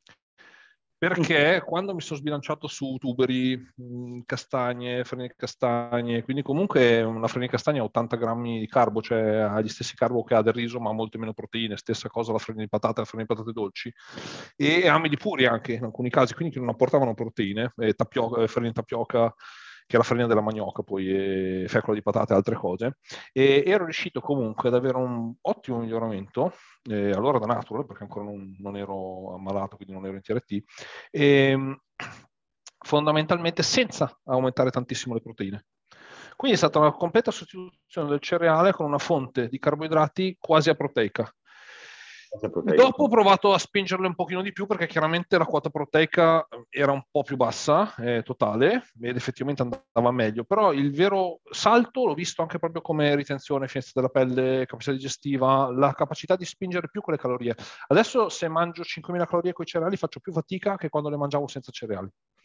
Perché quando mi sono sbilanciato su tuberi, mh, castagne, freni di castagne, quindi comunque una frena di castagne ha ottanta grammi di carbo, cioè ha gli stessi carbo che ha del riso, ma molte meno proteine, stessa cosa la frena di patate, la frena di patate dolci, e amidi puri anche in alcuni casi, quindi che non apportavano proteine, eh, tapioca, frena di tapioca, che è la farina della manioca, poi e fecola di patate e altre cose, e ero riuscito comunque ad avere un ottimo miglioramento, eh, allora da natural, perché ancora non, non ero ammalato, quindi non ero in T R T, e, fondamentalmente senza aumentare tantissimo le proteine. Quindi è stata una completa sostituzione del cereale con una fonte di carboidrati quasi aproteica. Dopo ho provato a spingerle un pochino di più perché chiaramente la quota proteica era un po' più bassa, eh, totale, ed effettivamente andava meglio, però il vero salto l'ho visto anche proprio come ritenzione, finezza della pelle, capacità digestiva, la capacità di spingere più con le calorie. Adesso se mangio cinquemila calorie con i cereali faccio più fatica che quando le mangiavo senza cereali.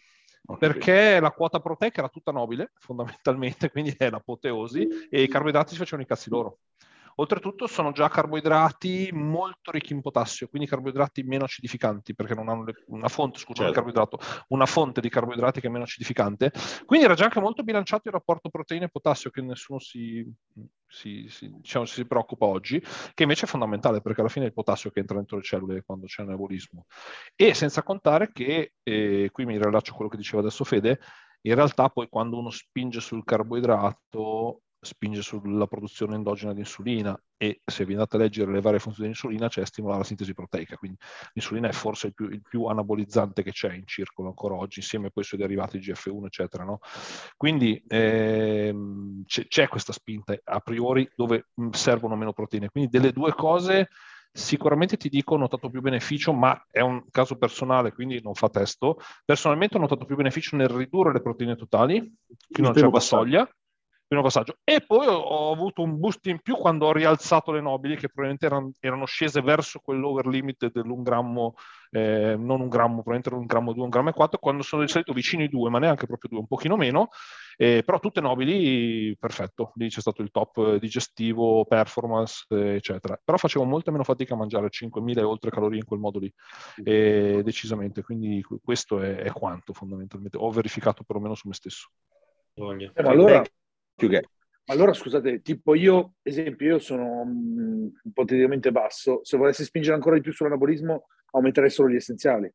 Perché la quota proteica era tutta nobile, fondamentalmente, quindi è l'apoteosi, e i carboidrati si facevano i cazzi loro. Oltretutto sono già carboidrati molto ricchi in potassio, quindi carboidrati meno acidificanti, perché non hanno le, una fonte, scusa, certo. carboidrato, una fonte di carboidrati che è meno acidificante. Quindi era già anche molto bilanciato il rapporto proteine e potassio, che nessuno si, si, si, diciamo, si preoccupa oggi, che invece è fondamentale, perché alla fine è il potassio che entra dentro le cellule quando c'è un anabolismo. E senza contare che, eh, qui mi rilaccio a quello che diceva adesso Fede, in realtà poi quando uno spinge sul carboidrato spinge sulla produzione endogena di insulina, e se vi andate a leggere le varie funzioni dell'insulina c'è stimolare la sintesi proteica, quindi l'insulina è forse il più, il più anabolizzante che c'è in circolo ancora oggi, insieme poi ai suoi derivati G F uno eccetera, no? Quindi ehm, c'è, c'è questa spinta a priori dove servono meno proteine, quindi delle due cose sicuramente ti dico ho notato più beneficio, ma è un caso personale, quindi non fa testo. Personalmente ho notato più beneficio nel ridurre le proteine totali fino a una certa soglia, primo passaggio, e poi ho avuto un boost in più quando ho rialzato le nobili, che probabilmente erano, erano scese verso quell'over limit dell'un grammo, eh, non un grammo, probabilmente era un grammo due, un grammo e quattro, quando sono risalito vicino ai due, ma neanche proprio due, un pochino meno, eh, però tutte nobili, perfetto, lì c'è stato il top digestivo, performance, eccetera, però facevo molta meno fatica a mangiare cinquemila e oltre calorie in quel modo lì, eh, decisamente, quindi questo è, è quanto fondamentalmente ho verificato perlomeno su me stesso. Eh, ma allora, allora scusate, tipo io, esempio, io sono um, ipoteticamente basso, se volessi spingere ancora di più sull'anabolismo aumenterei solo gli essenziali.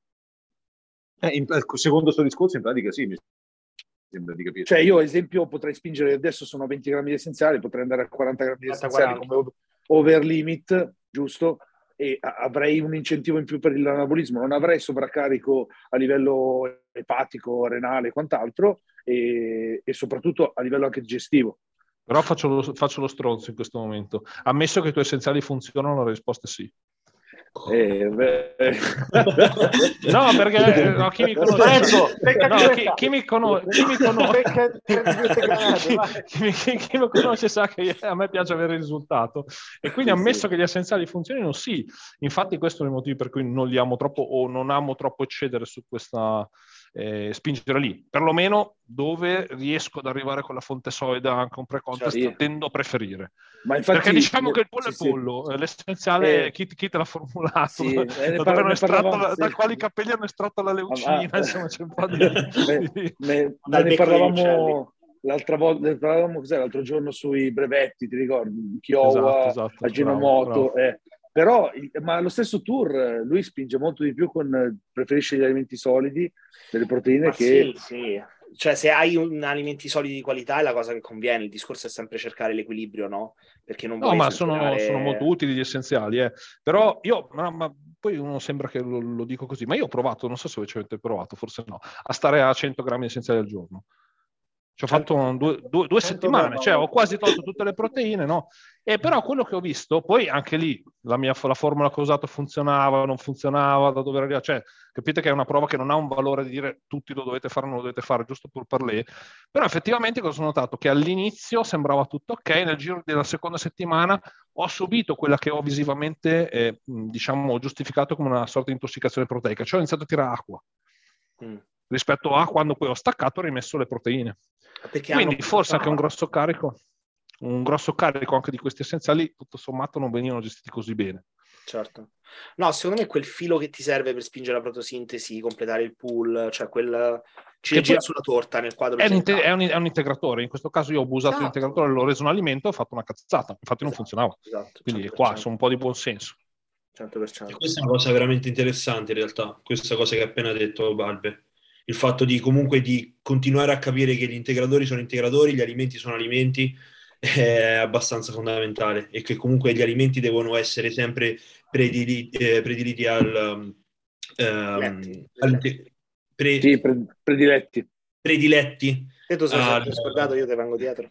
Eh, in, secondo questo discorso in pratica sì, mi sembra di capire. Cioè io, esempio, potrei spingere, adesso sono venti grammi di essenziali, potrei andare a quaranta grammi di essenziali come over limit, giusto? E avrei un incentivo in più per l'anabolismo, non avrei sovraccarico a livello epatico, renale e quant'altro, e, e soprattutto a livello anche digestivo. Però faccio lo, faccio lo stronzo in questo momento. Ammesso che i tuoi essenziali funzionano, la risposta è sì. Eh, no, perché no, chi mi conosce sa, no, chi, chi mi conosce chi mi conosce chi, chi, chi mi conosce sa che a me piace avere il risultato, e quindi ammesso che gli essenziali funzionino, sì, infatti questo è il motivo per cui non li amo troppo o non amo troppo eccedere su questa eh, spingere lì, perlomeno dove riesco ad arrivare con la fonte solida anche un pre-contest, cioè, tendo a preferire. Ma infatti, perché diciamo io, che il pollo sì, è pollo, sì. L'essenziale eh, chi, chi te l'ha formulato, sì, da, eh, da, parla, estratto, da, sì. da quali capelli hanno estratto la leucina, ah, insomma c'è un po' di... me, di... Me, me ne parlavamo l'altra volta, ne parlavamo cos'è, l'altro giorno sui brevetti, ti ricordi? Kiowa, esatto, esatto, Ajinomoto, eh. Però, ma lo stesso Tour, lui spinge molto di più con, preferisce gli alimenti solidi, delle proteine ma che... Sì, sì. Cioè se hai un alimenti solidi di qualità è la cosa che conviene, il discorso è sempre cercare l'equilibrio, no? Perché non no, vuoi ma esagerare... sono, sono molto utili gli essenziali, eh. Però io, ma, ma poi uno sembra che lo, lo dico così, ma io ho provato, non so se avete provato, forse no, a stare a cento grammi essenziali al giorno. Ci ho fatto un, due, due, due settimane, cioè ho quasi tolto tutte le proteine, no? E però quello che ho visto, poi anche lì la mia la formula che ho usato funzionava, non funzionava, da dove arriva, cioè capite che è una prova che non ha un valore di dire tutti lo dovete fare, non lo dovete fare, giusto per parler. Però effettivamente cosa ho notato? Che all'inizio sembrava tutto ok, nel giro della seconda settimana ho subito quella che ho visivamente, eh, diciamo, giustificato come una sorta di intossicazione proteica, cioè ho iniziato a tirare acqua. Mm. Rispetto a quando poi ho staccato e rimesso le proteine. Perché quindi forse anche un grosso carico un grosso carico anche di questi essenziali tutto sommato non venivano gestiti così bene. Certo. No, secondo me quel filo che ti serve per spingere la protosintesi, completare il pool, cioè quel ciliegina sulla torta nel quadro è un, è, un, è un integratore. In questo caso io ho abusato esatto. l'integratore, l'ho reso un alimento, ho fatto una cazzata, infatti esatto, non funzionava. Esatto, quindi qua sono un po' di buon senso. cento per cento. E questa è una cosa veramente interessante in realtà, questa cosa che ha appena detto Balbe. Il fatto di comunque di continuare a capire che gli integratori sono integratori, gli alimenti sono alimenti, è abbastanza fondamentale, e che comunque gli alimenti devono essere sempre prediliti, eh, prediliti al, um, prediletti. Pre, sì, pre, prediletti. Prediletti. Se tu sei sempre uh, scordato, io te vengo dietro.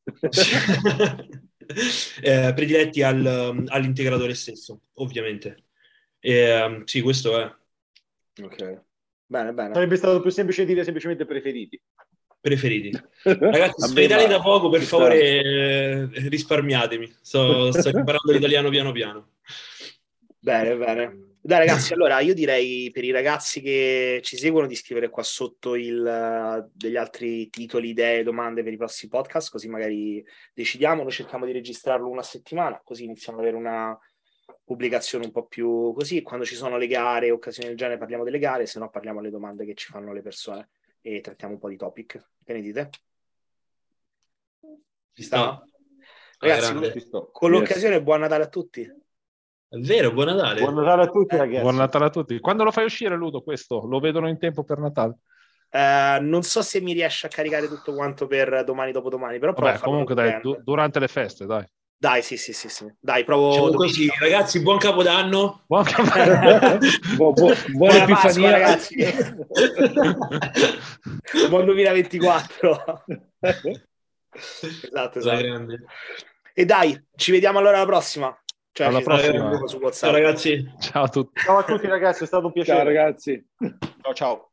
eh, prediletti al, all'integratore stesso, ovviamente. Eh, sì, questo è. Ok. Bene, bene. Sarebbe stato più semplice dire semplicemente preferiti. Preferiti. Ragazzi, sono italiani da poco, per favore eh, risparmiatemi. Sto, sto imparando l'italiano piano piano. Bene, bene. Dai ragazzi, allora io direi per i ragazzi che ci seguono di scrivere qua sotto il, uh, degli altri titoli, idee, domande per i prossimi podcast, così magari decidiamo. Noi cerchiamo di registrarlo una settimana, così iniziamo ad avere una pubblicazione un po' più così. Quando ci sono le gare, occasioni del genere, parliamo delle gare, se no parliamo alle domande che ci fanno le persone e trattiamo un po' di topic. Che ne dite? Ci sta? No. Ragazzi, ah, con, con yes. l'occasione buon Natale a tutti. È vero, buon Natale. Buon Natale a tutti, ragazzi. Buon Natale a tutti. Quando lo fai uscire, Ludo, questo? Lo vedono in tempo per Natale? Uh, non so se mi riesce a caricare tutto quanto per domani dopodomani, però Vabbè, comunque dai, du- durante le feste, dai. Dai, sì, sì, sì, sì. Dai, provo diciamo così, ragazzi, buon Capodanno. Buon Capodanno. bu- bu- buona Epifania, Pasqua, ragazzi. Buon duemilaventiquattro. Esatto, esatto. E dai, ci vediamo allora alla prossima. Cioè, alla prossima. Su WhatsApp. Ciao ragazzi. Ciao a tutti. Ciao a tutti ragazzi, è stato un piacere. Ciao ragazzi. Ciao ciao.